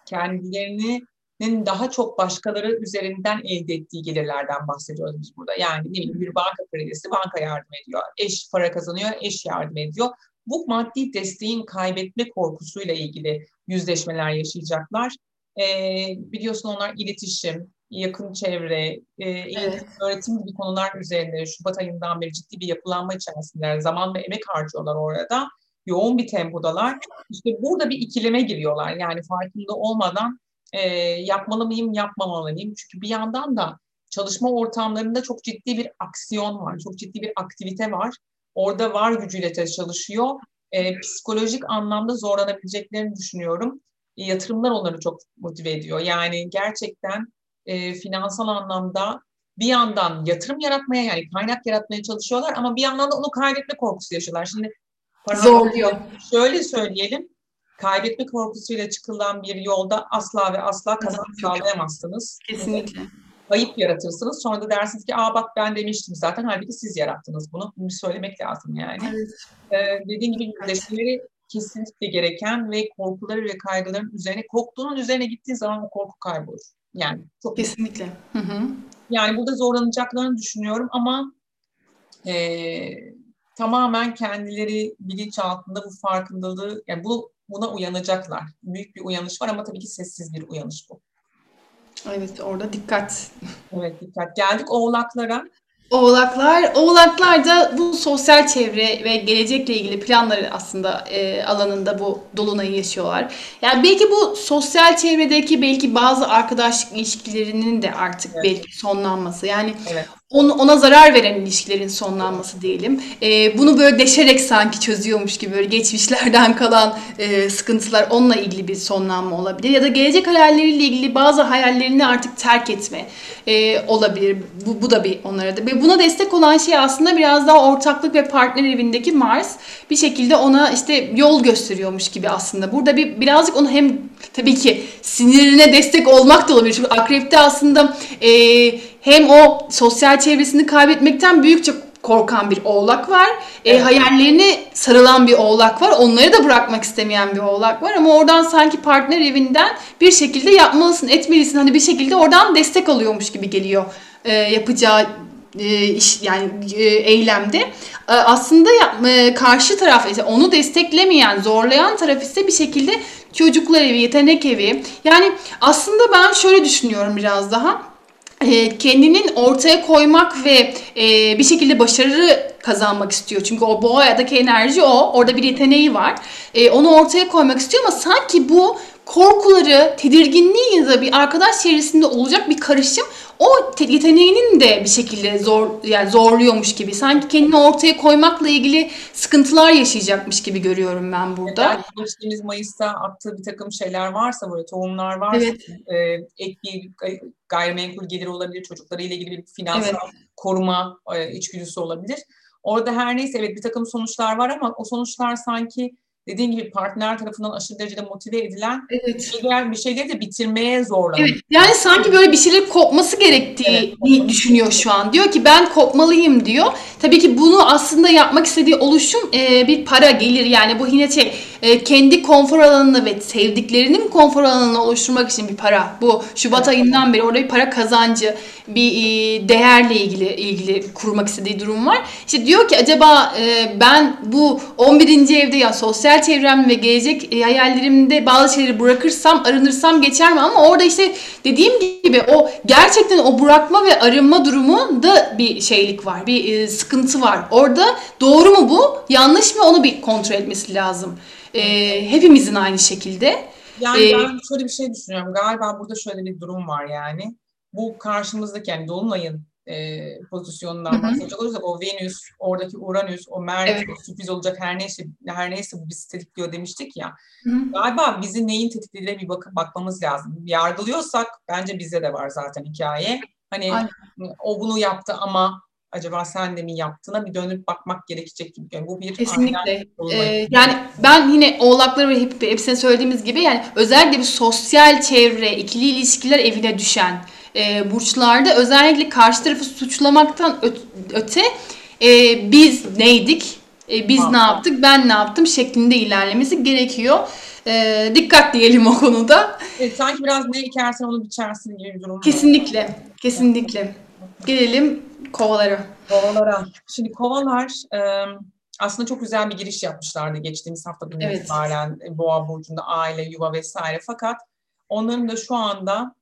Speaker 2: kendilerinin daha çok başkaları üzerinden elde ettiği gelirlerden bahsediyoruz biz burada. Yani ne bileyim bir banka kredisi, banka yardım ediyor. Eş para kazanıyor, eş yardım ediyor. Bu maddi desteğin kaybetme korkusuyla ilgili yüzleşmeler yaşayacaklar. Ee, biliyorsun onlar iletişim, yakın çevre, e, eğitim,
Speaker 1: Evet.
Speaker 2: öğretim gibi konular üzerinde Şubat ayından beri ciddi bir yapılanma içerisindeler. Zaman ve emek harcıyorlar orada. Yoğun bir tempodalar. İşte burada bir ikileme giriyorlar. Yani farkında olmadan e, yapmalı mıyım, yapmamalı mıyım? Çünkü bir yandan da çalışma ortamlarında çok ciddi bir aksiyon var. Çok ciddi bir aktivite var. Orada var gücüyle çalışıyor. E, psikolojik anlamda zorlanabileceklerini düşünüyorum. E, yatırımlar onları çok motive ediyor. Yani gerçekten e, finansal anlamda bir yandan yatırım yaratmaya yani kaynak yaratmaya çalışıyorlar ama bir yandan da onu kaybetme korkusu yaşıyorlar. Şimdi para
Speaker 1: Zorluyor.
Speaker 2: şöyle söyleyelim, kaybetme korkusuyla çıkılan bir yolda asla ve asla kazanç
Speaker 1: Çok
Speaker 2: sağlayamazsınız.
Speaker 1: kesinlikle.
Speaker 2: Ayıp yaratırsınız. Sonra da dersiniz ki aa bak ben demiştim zaten halbuki siz yarattınız bunu. Bunu söylemek lazım yani.
Speaker 1: Evet.
Speaker 2: Ee, dediğim gibi
Speaker 1: Evet.
Speaker 2: yüzleşmeleri kesinlikle gereken ve korkuları ve kaygıların üzerine korktuğunun üzerine gittiği zaman o korku kaybolur. Yani çok net.
Speaker 1: Kesinlikle. Hı hı.
Speaker 2: Yani burada zorlanacaklarını düşünüyorum ama e, tamamen kendileri bilinç altında bu farkındalığı, yani bu buna uyanacaklar. Büyük bir uyanış var ama tabii ki sessiz bir uyanış bu.
Speaker 1: Evet, orada dikkat.
Speaker 2: Evet, dikkat. Geldik oğlaklara.
Speaker 1: Oğlaklar, Oğlaklar da bu sosyal çevre ve gelecekle ilgili planları aslında e, alanında bu dolunayı yaşıyorlar. Yani belki bu sosyal çevredeki belki bazı arkadaşlık ilişkilerinin de artık
Speaker 2: Evet,
Speaker 1: belki sonlanması. Yani
Speaker 2: evet.
Speaker 1: onu, ona zarar veren ilişkilerin sonlanması diyelim. E, bunu böyle deşerek sanki çözüyormuş gibi böyle geçmişlerden kalan e, sıkıntılar onunla ilgili bir sonlanma olabilir. Ya da gelecek hayalleriyle ilgili bazı hayallerini artık terk etme e, olabilir. Bu, bu da bir onlara da. Ve buna destek olan şey aslında biraz daha ortaklık ve partner evindeki Mars bir şekilde ona işte yol gösteriyormuş gibi aslında. Burada bir birazcık onu hem tabii ki sinirine destek olmak da olabilir. Çünkü Akrep'te aslında e, hem o sosyal çevresini kaybetmekten büyükçe korkan bir oğlak var. E,
Speaker 2: Evet.
Speaker 1: hayallerini sarılan bir oğlak var. Onları da bırakmak istemeyen bir oğlak var. Ama oradan sanki partner evinden bir şekilde yapmalısın, etmelisin. Hani bir şekilde oradan destek alıyormuş gibi geliyor e, yapacağı e, iş yani e, eylemde. E, aslında yap, e, karşı taraf ise onu desteklemeyen, zorlayan taraf ise bir şekilde çocuklar evi, yetenek evi. Yani aslında ben şöyle düşünüyorum biraz daha e, kendinin ortaya koymak ve e, bir şekilde başarı kazanmak istiyor. Çünkü o boğadaki enerji o. Orada bir yeteneği var. E, onu ortaya koymak istiyor ama sanki bu korkuları, tedirginliği ya da bir arkadaş çevresinde olacak bir karışım o yeteneğinin de bir şekilde zor yani zorluyormuş gibi. Sanki kendini ortaya koymakla ilgili sıkıntılar yaşayacakmış gibi görüyorum ben
Speaker 2: Evet,
Speaker 1: burada.
Speaker 2: belki geçtiğimiz Mayıs'ta attığı bir takım şeyler varsa, böyle tohumlar varsa,
Speaker 1: Evet,
Speaker 2: e, ek bir gay- gayrimenkul geliri olabilir, çocuklarıyla ilgili bir
Speaker 1: evet.
Speaker 2: finansal koruma e, içgüdüsü olabilir. Orada her neyse evet bir takım sonuçlar var ama o sonuçlar sanki dediğin gibi partner tarafından aşırı derecede motive edilen bir
Speaker 1: Evet.
Speaker 2: şeyler, bir şeyleri de bitirmeye
Speaker 1: Evet.
Speaker 2: zorlanıyor.
Speaker 1: Yani sanki böyle bir şeyler kopması
Speaker 2: Evet,
Speaker 1: gerektiğini
Speaker 2: kopması
Speaker 1: düşünüyor
Speaker 2: gerekiyor.
Speaker 1: şu an. Diyor ki ben kopmalıyım diyor. Tabii ki bunu aslında yapmak istediği oluşum e, bir para gelir. Yani bu yine şey e, kendi konfor alanını ve sevdiklerinin konfor alanını oluşturmak için bir para. Bu Şubat
Speaker 2: Evet,
Speaker 1: ayından beri orada bir para kazancı, bir e, değerle ilgili ilgili kurmak istediği durum var. İşte diyor ki acaba e, ben bu on birinci evde ya sosyal çevrem ve gelecek e, hayallerimde bazı şeyleri bırakırsam, arınırsam geçer mi? Ama orada işte dediğim gibi o gerçekten o bırakma ve arınma durumu da bir şeylik var. Bir e, sıkıntı var. Orada doğru mu bu? Yanlış mı? Onu bir kontrol etmesi lazım. E,
Speaker 2: evet.
Speaker 1: hepimizin aynı şekilde.
Speaker 2: Yani
Speaker 1: E,
Speaker 2: ben şöyle bir şey düşünüyorum. Galiba burada şöyle bir durum var yani. Bu karşımızdaki, yani Dolunay'ın e,
Speaker 1: hı
Speaker 2: pozisyonundan
Speaker 1: hı,
Speaker 2: bahsedecek olursak, o Venüs, oradaki Uranüs, o
Speaker 1: evet.
Speaker 2: Merkür, sürpriz olacak her neyse, her neyse bu bizi tetikliyor demiştik ya.
Speaker 1: Hı hı.
Speaker 2: Galiba bizi neyin tetiklediğine bir bakıp bakmamız lazım. Yargılıyorsak bence bizde de var zaten hikaye. Hani
Speaker 1: Aynen.
Speaker 2: o bunu yaptı ama acaba sen de mi yaptığına bir dönüp bakmak gerekecek gibi. Yani bu bir aynen
Speaker 1: Kesinlikle.
Speaker 2: Dolunay.
Speaker 1: Ee, yani ben yine oğlakları ve hep, hepsine söylediğimiz gibi yani özellikle bir sosyal çevre, ikili ilişkiler evine düşen e, burçlarda özellikle karşı tarafı suçlamaktan ö- öte e, biz neydik, e, biz ne yaptık, ben ne yaptım şeklinde ilerlemesi gerekiyor. E, dikkat diyelim o konuda.
Speaker 2: Evet, sanki biraz ne ekersen onu biçersin gibi bir durum var.
Speaker 1: Kesinlikle, kesinlikle. Gelelim kovalara.
Speaker 2: Kovalara. Şimdi kovalar e, aslında çok güzel bir giriş yapmışlardı geçtiğimiz haftadan
Speaker 1: Evet.
Speaker 2: itibaren e, Boğa burcunda aile, yuva vesaire. Fakat onların da şu anda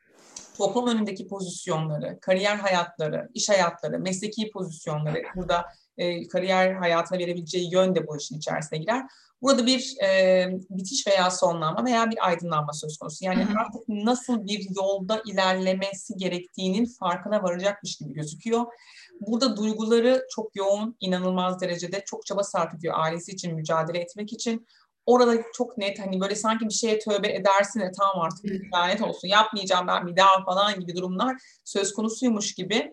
Speaker 2: toplum önündeki pozisyonları, kariyer hayatları, iş hayatları, mesleki pozisyonları, burada e, kariyer hayatına verebileceği yön de bu işin içerisine girer. Burada bir e, bitiş veya sonlanma veya bir aydınlanma söz konusu.
Speaker 1: Hı
Speaker 2: Yani
Speaker 1: hı.
Speaker 2: artık nasıl bir yolda ilerlemesi gerektiğinin farkına varacakmış gibi gözüküyor. Burada duyguları çok yoğun, inanılmaz derecede çok çaba sarf ediyor ailesi için, mücadele etmek için. Orada çok net, hani böyle sanki bir şeye tövbe edersin de tamam artık lanet olsun yapmayacağım ben bir daha falan gibi durumlar söz konusuymuş gibi.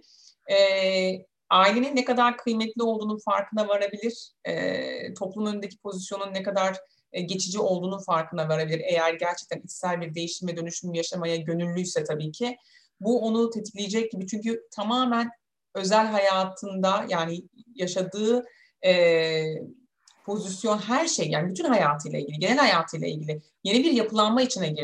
Speaker 2: Ee, ailenin ne kadar kıymetli olduğunun farkına varabilir. Ee, toplum önündeki pozisyonun ne kadar e, geçici olduğunun farkına varabilir. Eğer gerçekten içsel bir değişim ve dönüşüm yaşamaya gönüllüyse tabii ki. Bu onu tetikleyecek gibi. Çünkü tamamen özel hayatında, yani yaşadığı e, pozisyon, her şey, yani bütün hayatıyla ilgili, genel hayatıyla ilgili yeni bir yapılanma içine girdi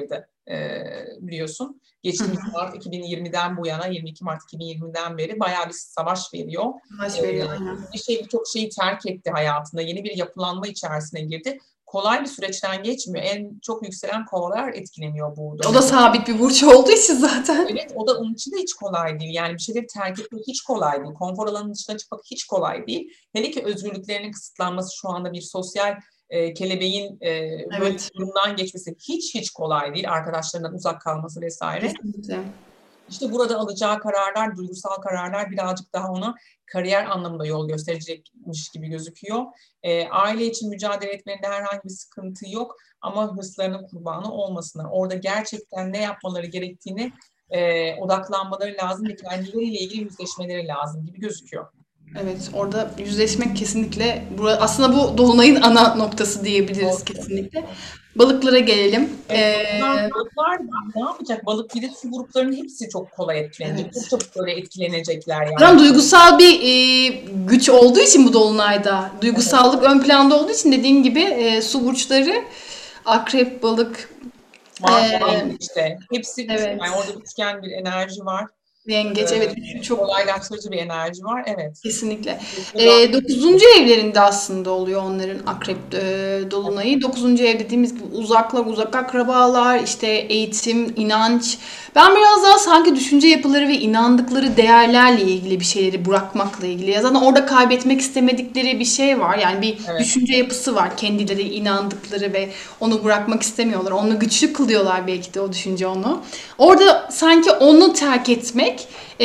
Speaker 2: e, biliyorsun.
Speaker 1: Hı
Speaker 2: Geçtiğimiz
Speaker 1: hı.
Speaker 2: Mart iki bin yirmiden bu yana, yirmi iki Mart iki bin yirmiden beri bayağı bir savaş veriyor.
Speaker 1: Savaş
Speaker 2: E,
Speaker 1: veriyor aynen.
Speaker 2: bir şey, birçok şeyi terk etti hayatında. Yeni bir yapılanma içerisine girdi. Kolay bir süreçten geçmiyor. En çok yükselen kovalar etkileniyor bu
Speaker 1: O da
Speaker 2: dönem.
Speaker 1: sabit bir burç olduğu için zaten.
Speaker 2: Evet, o da onun için de hiç kolay değil. Yani bir şeyleri terk etmek hiç kolay değil. Konfor alanının dışına çıkmak hiç kolay değil. Hele ki özgürlüklerinin kısıtlanması, şu anda bir sosyal e, kelebeğin e, böyle
Speaker 1: Evet,
Speaker 2: bir durumdan geçmesi hiç hiç kolay değil. Arkadaşlarından uzak kalması vesaire.
Speaker 1: kesinlikle.
Speaker 2: İşte burada alacağı kararlar, duygusal kararlar birazcık daha ona kariyer anlamında yol gösterecekmiş gibi gözüküyor. E, aile için mücadele etmelerinde herhangi bir sıkıntı yok ama hırslarının kurbanı olmasınlar. Orada gerçekten ne yapmaları gerektiğini e, odaklanmaları lazım ve kendileriyle ilgili yüzleşmeleri lazım gibi gözüküyor.
Speaker 1: Evet, orada yüzleşmek kesinlikle bura, aslında bu dolunayın ana noktası
Speaker 2: Doğru.
Speaker 1: diyebiliriz kesinlikle. Balıklara gelelim.
Speaker 2: Evet, balıklar,
Speaker 1: Ee,
Speaker 2: balıklar ne yapacak? Balık bir de su gruplarının hepsi çok kolay etkilenecek. Çok
Speaker 1: evet.
Speaker 2: çabuk böyle etkilenecekler yani.
Speaker 1: Zaten duygusal bir e, güç olduğu için bu dolunayda,
Speaker 2: Evet.
Speaker 1: duygusallık ön planda olduğu için dediğin gibi e, su burçları, akrep, balık, e,
Speaker 2: Mars işte. Hepsi üç, yani
Speaker 1: evet,
Speaker 2: orada üçgen bir enerji var.
Speaker 1: yengeç, evet
Speaker 2: Ee,
Speaker 1: çok
Speaker 2: kolaylaştırıcı bir enerji var. Evet.
Speaker 1: kesinlikle.
Speaker 2: Kesinlikle rahat-
Speaker 1: E, dokuzuncu evlerinde aslında oluyor onların akrep e, dolunayı. Dokuzuncu ev dediğimiz gibi uzaklar, uzak akrabalar, işte eğitim, inanç. Ben biraz daha sanki düşünce yapıları ve inandıkları değerlerle ilgili bir şeyleri bırakmakla ilgili. Ya zaten orada kaybetmek istemedikleri bir şey var. Yani bir
Speaker 2: Evet.
Speaker 1: düşünce yapısı var. Kendileri inandıkları ve onu bırakmak istemiyorlar. Onu güçlü kılıyorlar belki de o düşünce onu. Orada sanki onu terk etmek,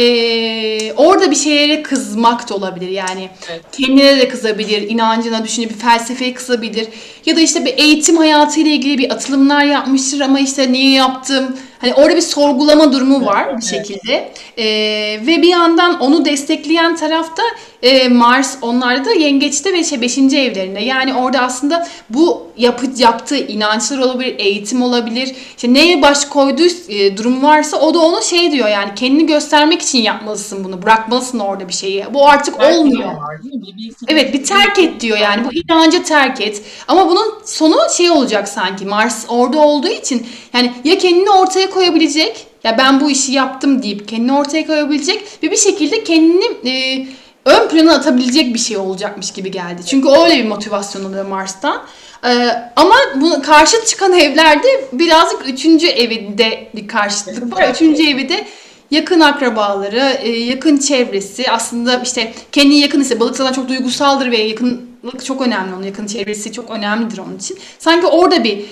Speaker 1: ee, orada bir şeylere kızmak da olabilir. Yani
Speaker 2: Evet.
Speaker 1: kendine de kızabilir, inancına, düşünce bir felsefeye kızabilir. Ya da işte bir eğitim hayatıyla ilgili bir atılımlar yapmıştır ama işte niye yaptım? Hani orada bir sorgulama durumu var bir
Speaker 2: Evet.
Speaker 1: şekilde. Ee, ve bir yandan onu destekleyen tarafta e, Mars onlarda da yengeçte ve şey beşinci evlerinde. Yani orada aslında bu yapı, yaptığı inançlar olabilir, eğitim olabilir. İşte neye baş koyduğu e, durum varsa o da onu şey diyor yani kendini göstermek için yapmalısın bunu. Bırakmalısın orada bir şeyi. Bu artık
Speaker 2: Terk
Speaker 1: olmuyor.
Speaker 2: etme var değil mi? Bir, bir film-
Speaker 1: Evet bir terk et diyor yani bu inancı terk et. Ama bunun sonu şey olacak sanki Mars orada olduğu için yani ya kendini ortaya koyabilecek ya ben bu işi yaptım deyip kendini ortaya koyabilecek ve bir şekilde kendini e, ön plana atabilecek bir şey olacakmış gibi geldi. Çünkü öyle bir motivasyon oluyor Mars'tan. Ee, ama bu karşı çıkan evlerde birazcık üçüncü evinde bir karşıtlık var. Üçüncü evi de yakın akrabaları, e, yakın çevresi aslında işte kendi yakın ise balık zaten çok duygusaldır ve yakınlık çok önemli onun yakın çevresi çok önemlidir onun için. Sanki orada bir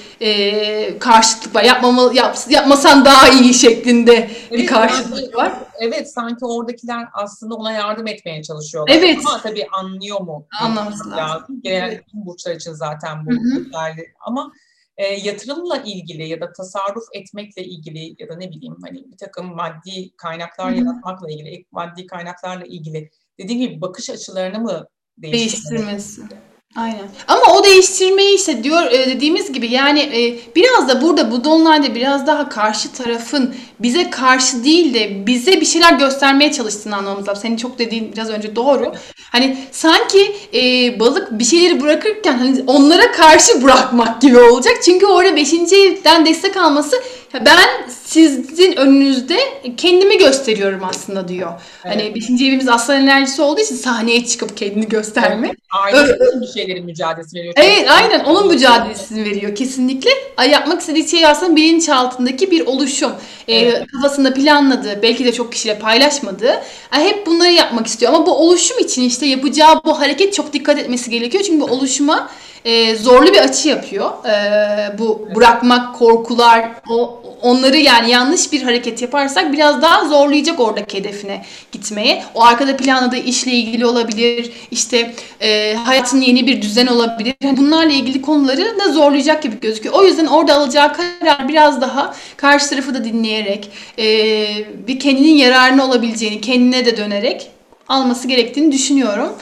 Speaker 1: e, karşıtlık var. Yapmamalı, yap, yapmasan daha iyi şeklinde bir
Speaker 2: Evet,
Speaker 1: karşıtlık
Speaker 2: sanki,
Speaker 1: var.
Speaker 2: evet sanki oradakiler aslında ona yardım etmeye çalışıyorlar.
Speaker 1: Evet,
Speaker 2: Ama tabii anlıyor mu diye
Speaker 1: anlaması
Speaker 2: düşünmek
Speaker 1: lazım.
Speaker 2: lazım. Genelde
Speaker 1: Evet.
Speaker 2: tüm burçlar için zaten
Speaker 1: Hı
Speaker 2: bu
Speaker 1: hı.
Speaker 2: geçerli. Ama e, yatırımla ilgili ya da tasarruf etmekle ilgili ya da ne bileyim hani bir takım maddi
Speaker 1: Hı
Speaker 2: kaynaklar
Speaker 1: hı.
Speaker 2: yaratmakla ilgili, ek maddi kaynaklarla ilgili dediğim gibi bakış açılarını mı değiştirmek?
Speaker 1: Değiştirmesi. Aynen. Ama o değiştirmeyi işte diyor e, dediğimiz gibi yani e, biraz da burada bu dolunayda biraz daha karşı tarafın bize karşı değil de bize bir şeyler göstermeye çalıştığını anlamamız lazım. Senin çok dediğin biraz önce doğru. Hani sanki e, balık bir şeyleri bırakırken hani onlara karşı bırakmak gibi olacak. Çünkü orada beşinci evden destek alması ben sizin önünüzde kendimi gösteriyorum aslında diyor.
Speaker 2: Evet,
Speaker 1: Hani beşinci evimiz aslan enerjisi olduğu için sahneye çıkıp kendini
Speaker 2: evet.
Speaker 1: gösterme.
Speaker 2: Ailesi için bir şeylerin mücadelesi veriyor.
Speaker 1: Evet,
Speaker 2: Çocuklar
Speaker 1: aynen onun
Speaker 2: için.
Speaker 1: mücadelesini veriyor kesinlikle. Ay, yapmak istediği şey aslında bilinçaltındaki bir oluşum.
Speaker 2: Evet,
Speaker 1: Ee, kafasında planladığı, belki de çok kişiyle paylaşmadığı, ay, hep bunları yapmak istiyor. Ama bu oluşum için işte yapacağı bu hareket çok dikkat etmesi gerekiyor. Çünkü bu oluşuma e, zorlu bir açı yapıyor. Ee, bu
Speaker 2: evet.
Speaker 1: bırakmak, korkular, o onları yani yanlış bir hareket yaparsak biraz daha zorlayacak oradaki hedefine gitmeye. O arkada planladığı işle ilgili olabilir, işte e, hayatının yeni bir düzen olabilir. Yani bunlarla ilgili konuları da zorlayacak gibi gözüküyor. O yüzden orada alacağı karar biraz daha karşı tarafı da dinleyerek, e, bir kendinin yararına olabileceğini, kendine de dönerek alması gerektiğini düşünüyorum.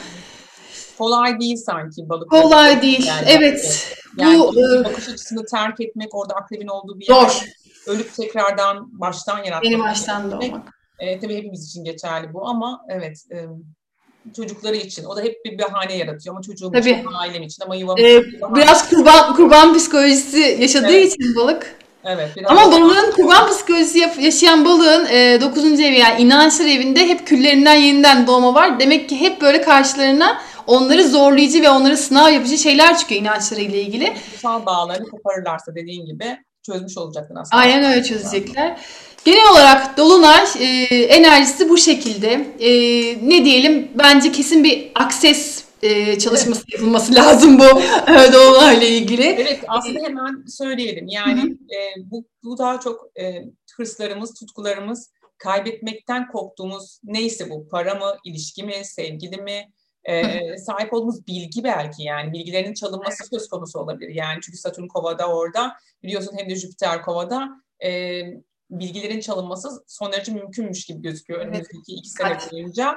Speaker 2: Kolay değil sanki balıklar
Speaker 1: Kolay
Speaker 2: için
Speaker 1: değil.
Speaker 2: geldi.
Speaker 1: Evet.
Speaker 2: Yani
Speaker 1: Bu
Speaker 2: yeni bir
Speaker 1: e,
Speaker 2: bakış açısını terk etmek, orada akrebin olduğu bir yerde
Speaker 1: zor.
Speaker 2: ölüp tekrardan baştan
Speaker 1: Yeni
Speaker 2: yaratmak
Speaker 1: baştan
Speaker 2: gerekmek.
Speaker 1: doğmak.
Speaker 2: E, tabii hepimiz için geçerli bu ama evet e, çocukları için o da hep bir bahane yaratıyor ama çocuğum için,
Speaker 1: Tabii.
Speaker 2: ama ailem için ama yuvam için
Speaker 1: Ee,
Speaker 2: bir bahane.
Speaker 1: biraz kurban kurban psikolojisi yaşadığı
Speaker 2: Evet,
Speaker 1: için balık.
Speaker 2: Evet, biraz
Speaker 1: Ama
Speaker 2: o
Speaker 1: balığın kurban psikolojisi yap- yaşayan balığın e, dokuzuncu evi yani inançlar evinde hep küllerinden yeniden doğma var. Demek ki hep böyle karşılarına onları zorlayıcı ve onları sınav yapıcı şeyler çıkıyor inançlarıyla ilgili.
Speaker 2: duygusal bağlarını koparırlarsa dediğin gibi çözmüş olacaktır aslında.
Speaker 1: Aynen öyle çözecekler. Genel olarak Dolunay e, enerjisi bu şekilde. E, ne diyelim? Bence kesin bir akses e,
Speaker 2: Evet.
Speaker 1: çalışması yapılması lazım bu e, Dolunay'la ilgili.
Speaker 2: Evet, aslında hemen söyleyelim.
Speaker 1: Hı
Speaker 2: Yani
Speaker 1: hı.
Speaker 2: e, bu, bu daha çok e, hırslarımız, tutkularımız, kaybetmekten korktuğumuz neyse bu, para mı, ilişki mi, sevgili mi, e, sahip olduğumuz bilgi belki yani bilgilerin çalınması söz konusu olabilir. Yani çünkü Satürn Kova'da orada, biliyorsun hem de Jüpiter Kova'da, e, bilgilerin çalınması son derece mümkünmüş gibi gözüküyor
Speaker 1: Evet.
Speaker 2: önümüzdeki iki sene
Speaker 1: Dikkat.
Speaker 2: boyunca.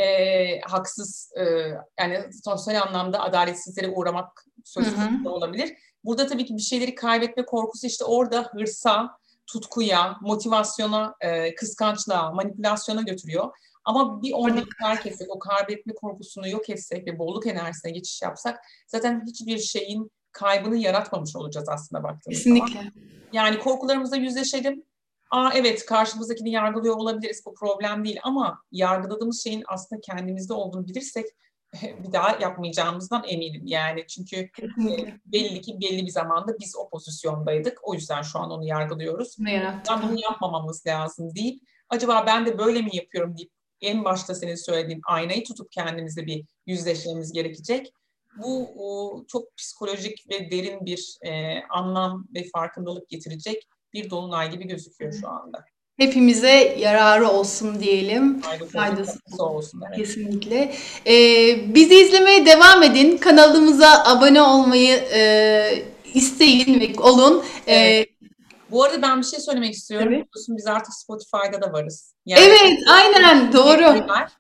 Speaker 2: E, haksız, e, yani sosyal anlamda adaletsizlere uğramak
Speaker 1: Hı
Speaker 2: söz
Speaker 1: hı.
Speaker 2: konusu olabilir. Burada tabii ki bir şeyleri kaybetme korkusu işte orada hırsa, tutkuya, motivasyona, e, kıskançlığa, manipülasyona götürüyor. Ama bir onu
Speaker 1: Orada
Speaker 2: bir terk etsek, o kaybetme korkusunu yok etsek ve bolluk enerjisine geçiş yapsak zaten hiçbir şeyin kaybını yaratmamış olacağız aslında baktığımız zaman.
Speaker 1: kesinlikle.
Speaker 2: Yani korkularımızla yüzleşelim. Aa evet karşımızdakini yargılıyor olabiliriz, bu problem değil ama yargıladığımız şeyin aslında kendimizde olduğunu bilirsek bir daha yapmayacağımızdan eminim. Yani çünkü e,
Speaker 1: Kesinlikle.
Speaker 2: belli ki belli bir zamanda biz o pozisyondaydık. O yüzden şu an onu yargılıyoruz.
Speaker 1: Ne
Speaker 2: Ben
Speaker 1: yarattık
Speaker 2: bunu
Speaker 1: ha?
Speaker 2: yapmamamız lazım deyip acaba ben de böyle mi yapıyorum deyip en başta senin söylediğin aynayı tutup kendimize bir yüzleşmemiz gerekecek. Bu o, çok psikolojik ve derin bir e, anlam ve farkındalık getirecek bir dolunay gibi gözüküyor şu anda.
Speaker 1: Hepimize yararı olsun diyelim.
Speaker 2: Faydası olacak,
Speaker 1: Faydası
Speaker 2: katkısı
Speaker 1: olsun.
Speaker 2: olsun. Evet.
Speaker 1: Kesinlikle. Ee, bizi izlemeye devam edin. Kanalımıza abone olmayı e, isteyin ve olun.
Speaker 2: Evet.
Speaker 1: Ee,
Speaker 2: Bu arada ben bir şey söylemek istiyorum.
Speaker 1: tabii.
Speaker 2: Biliyorsun biz artık Spotify'da da varız. Yani
Speaker 1: Evet, aynen doğru.
Speaker 2: var.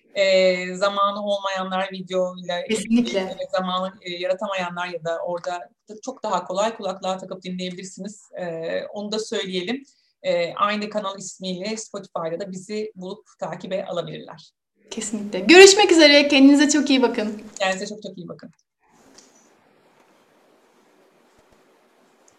Speaker 2: E, zamanı olmayanlar videoyla ilgili
Speaker 1: Kesinlikle.
Speaker 2: e, zamanı e, yaratamayanlar ya da orada çok daha kolay kulaklığa takıp dinleyebilirsiniz. E, onu da söyleyelim. E, aynı kanal ismiyle Spotify'da da bizi bulup takibe alabilirler.
Speaker 1: Kesinlikle. Görüşmek üzere. Kendinize çok iyi bakın.
Speaker 2: Kendinize çok çok iyi bakın.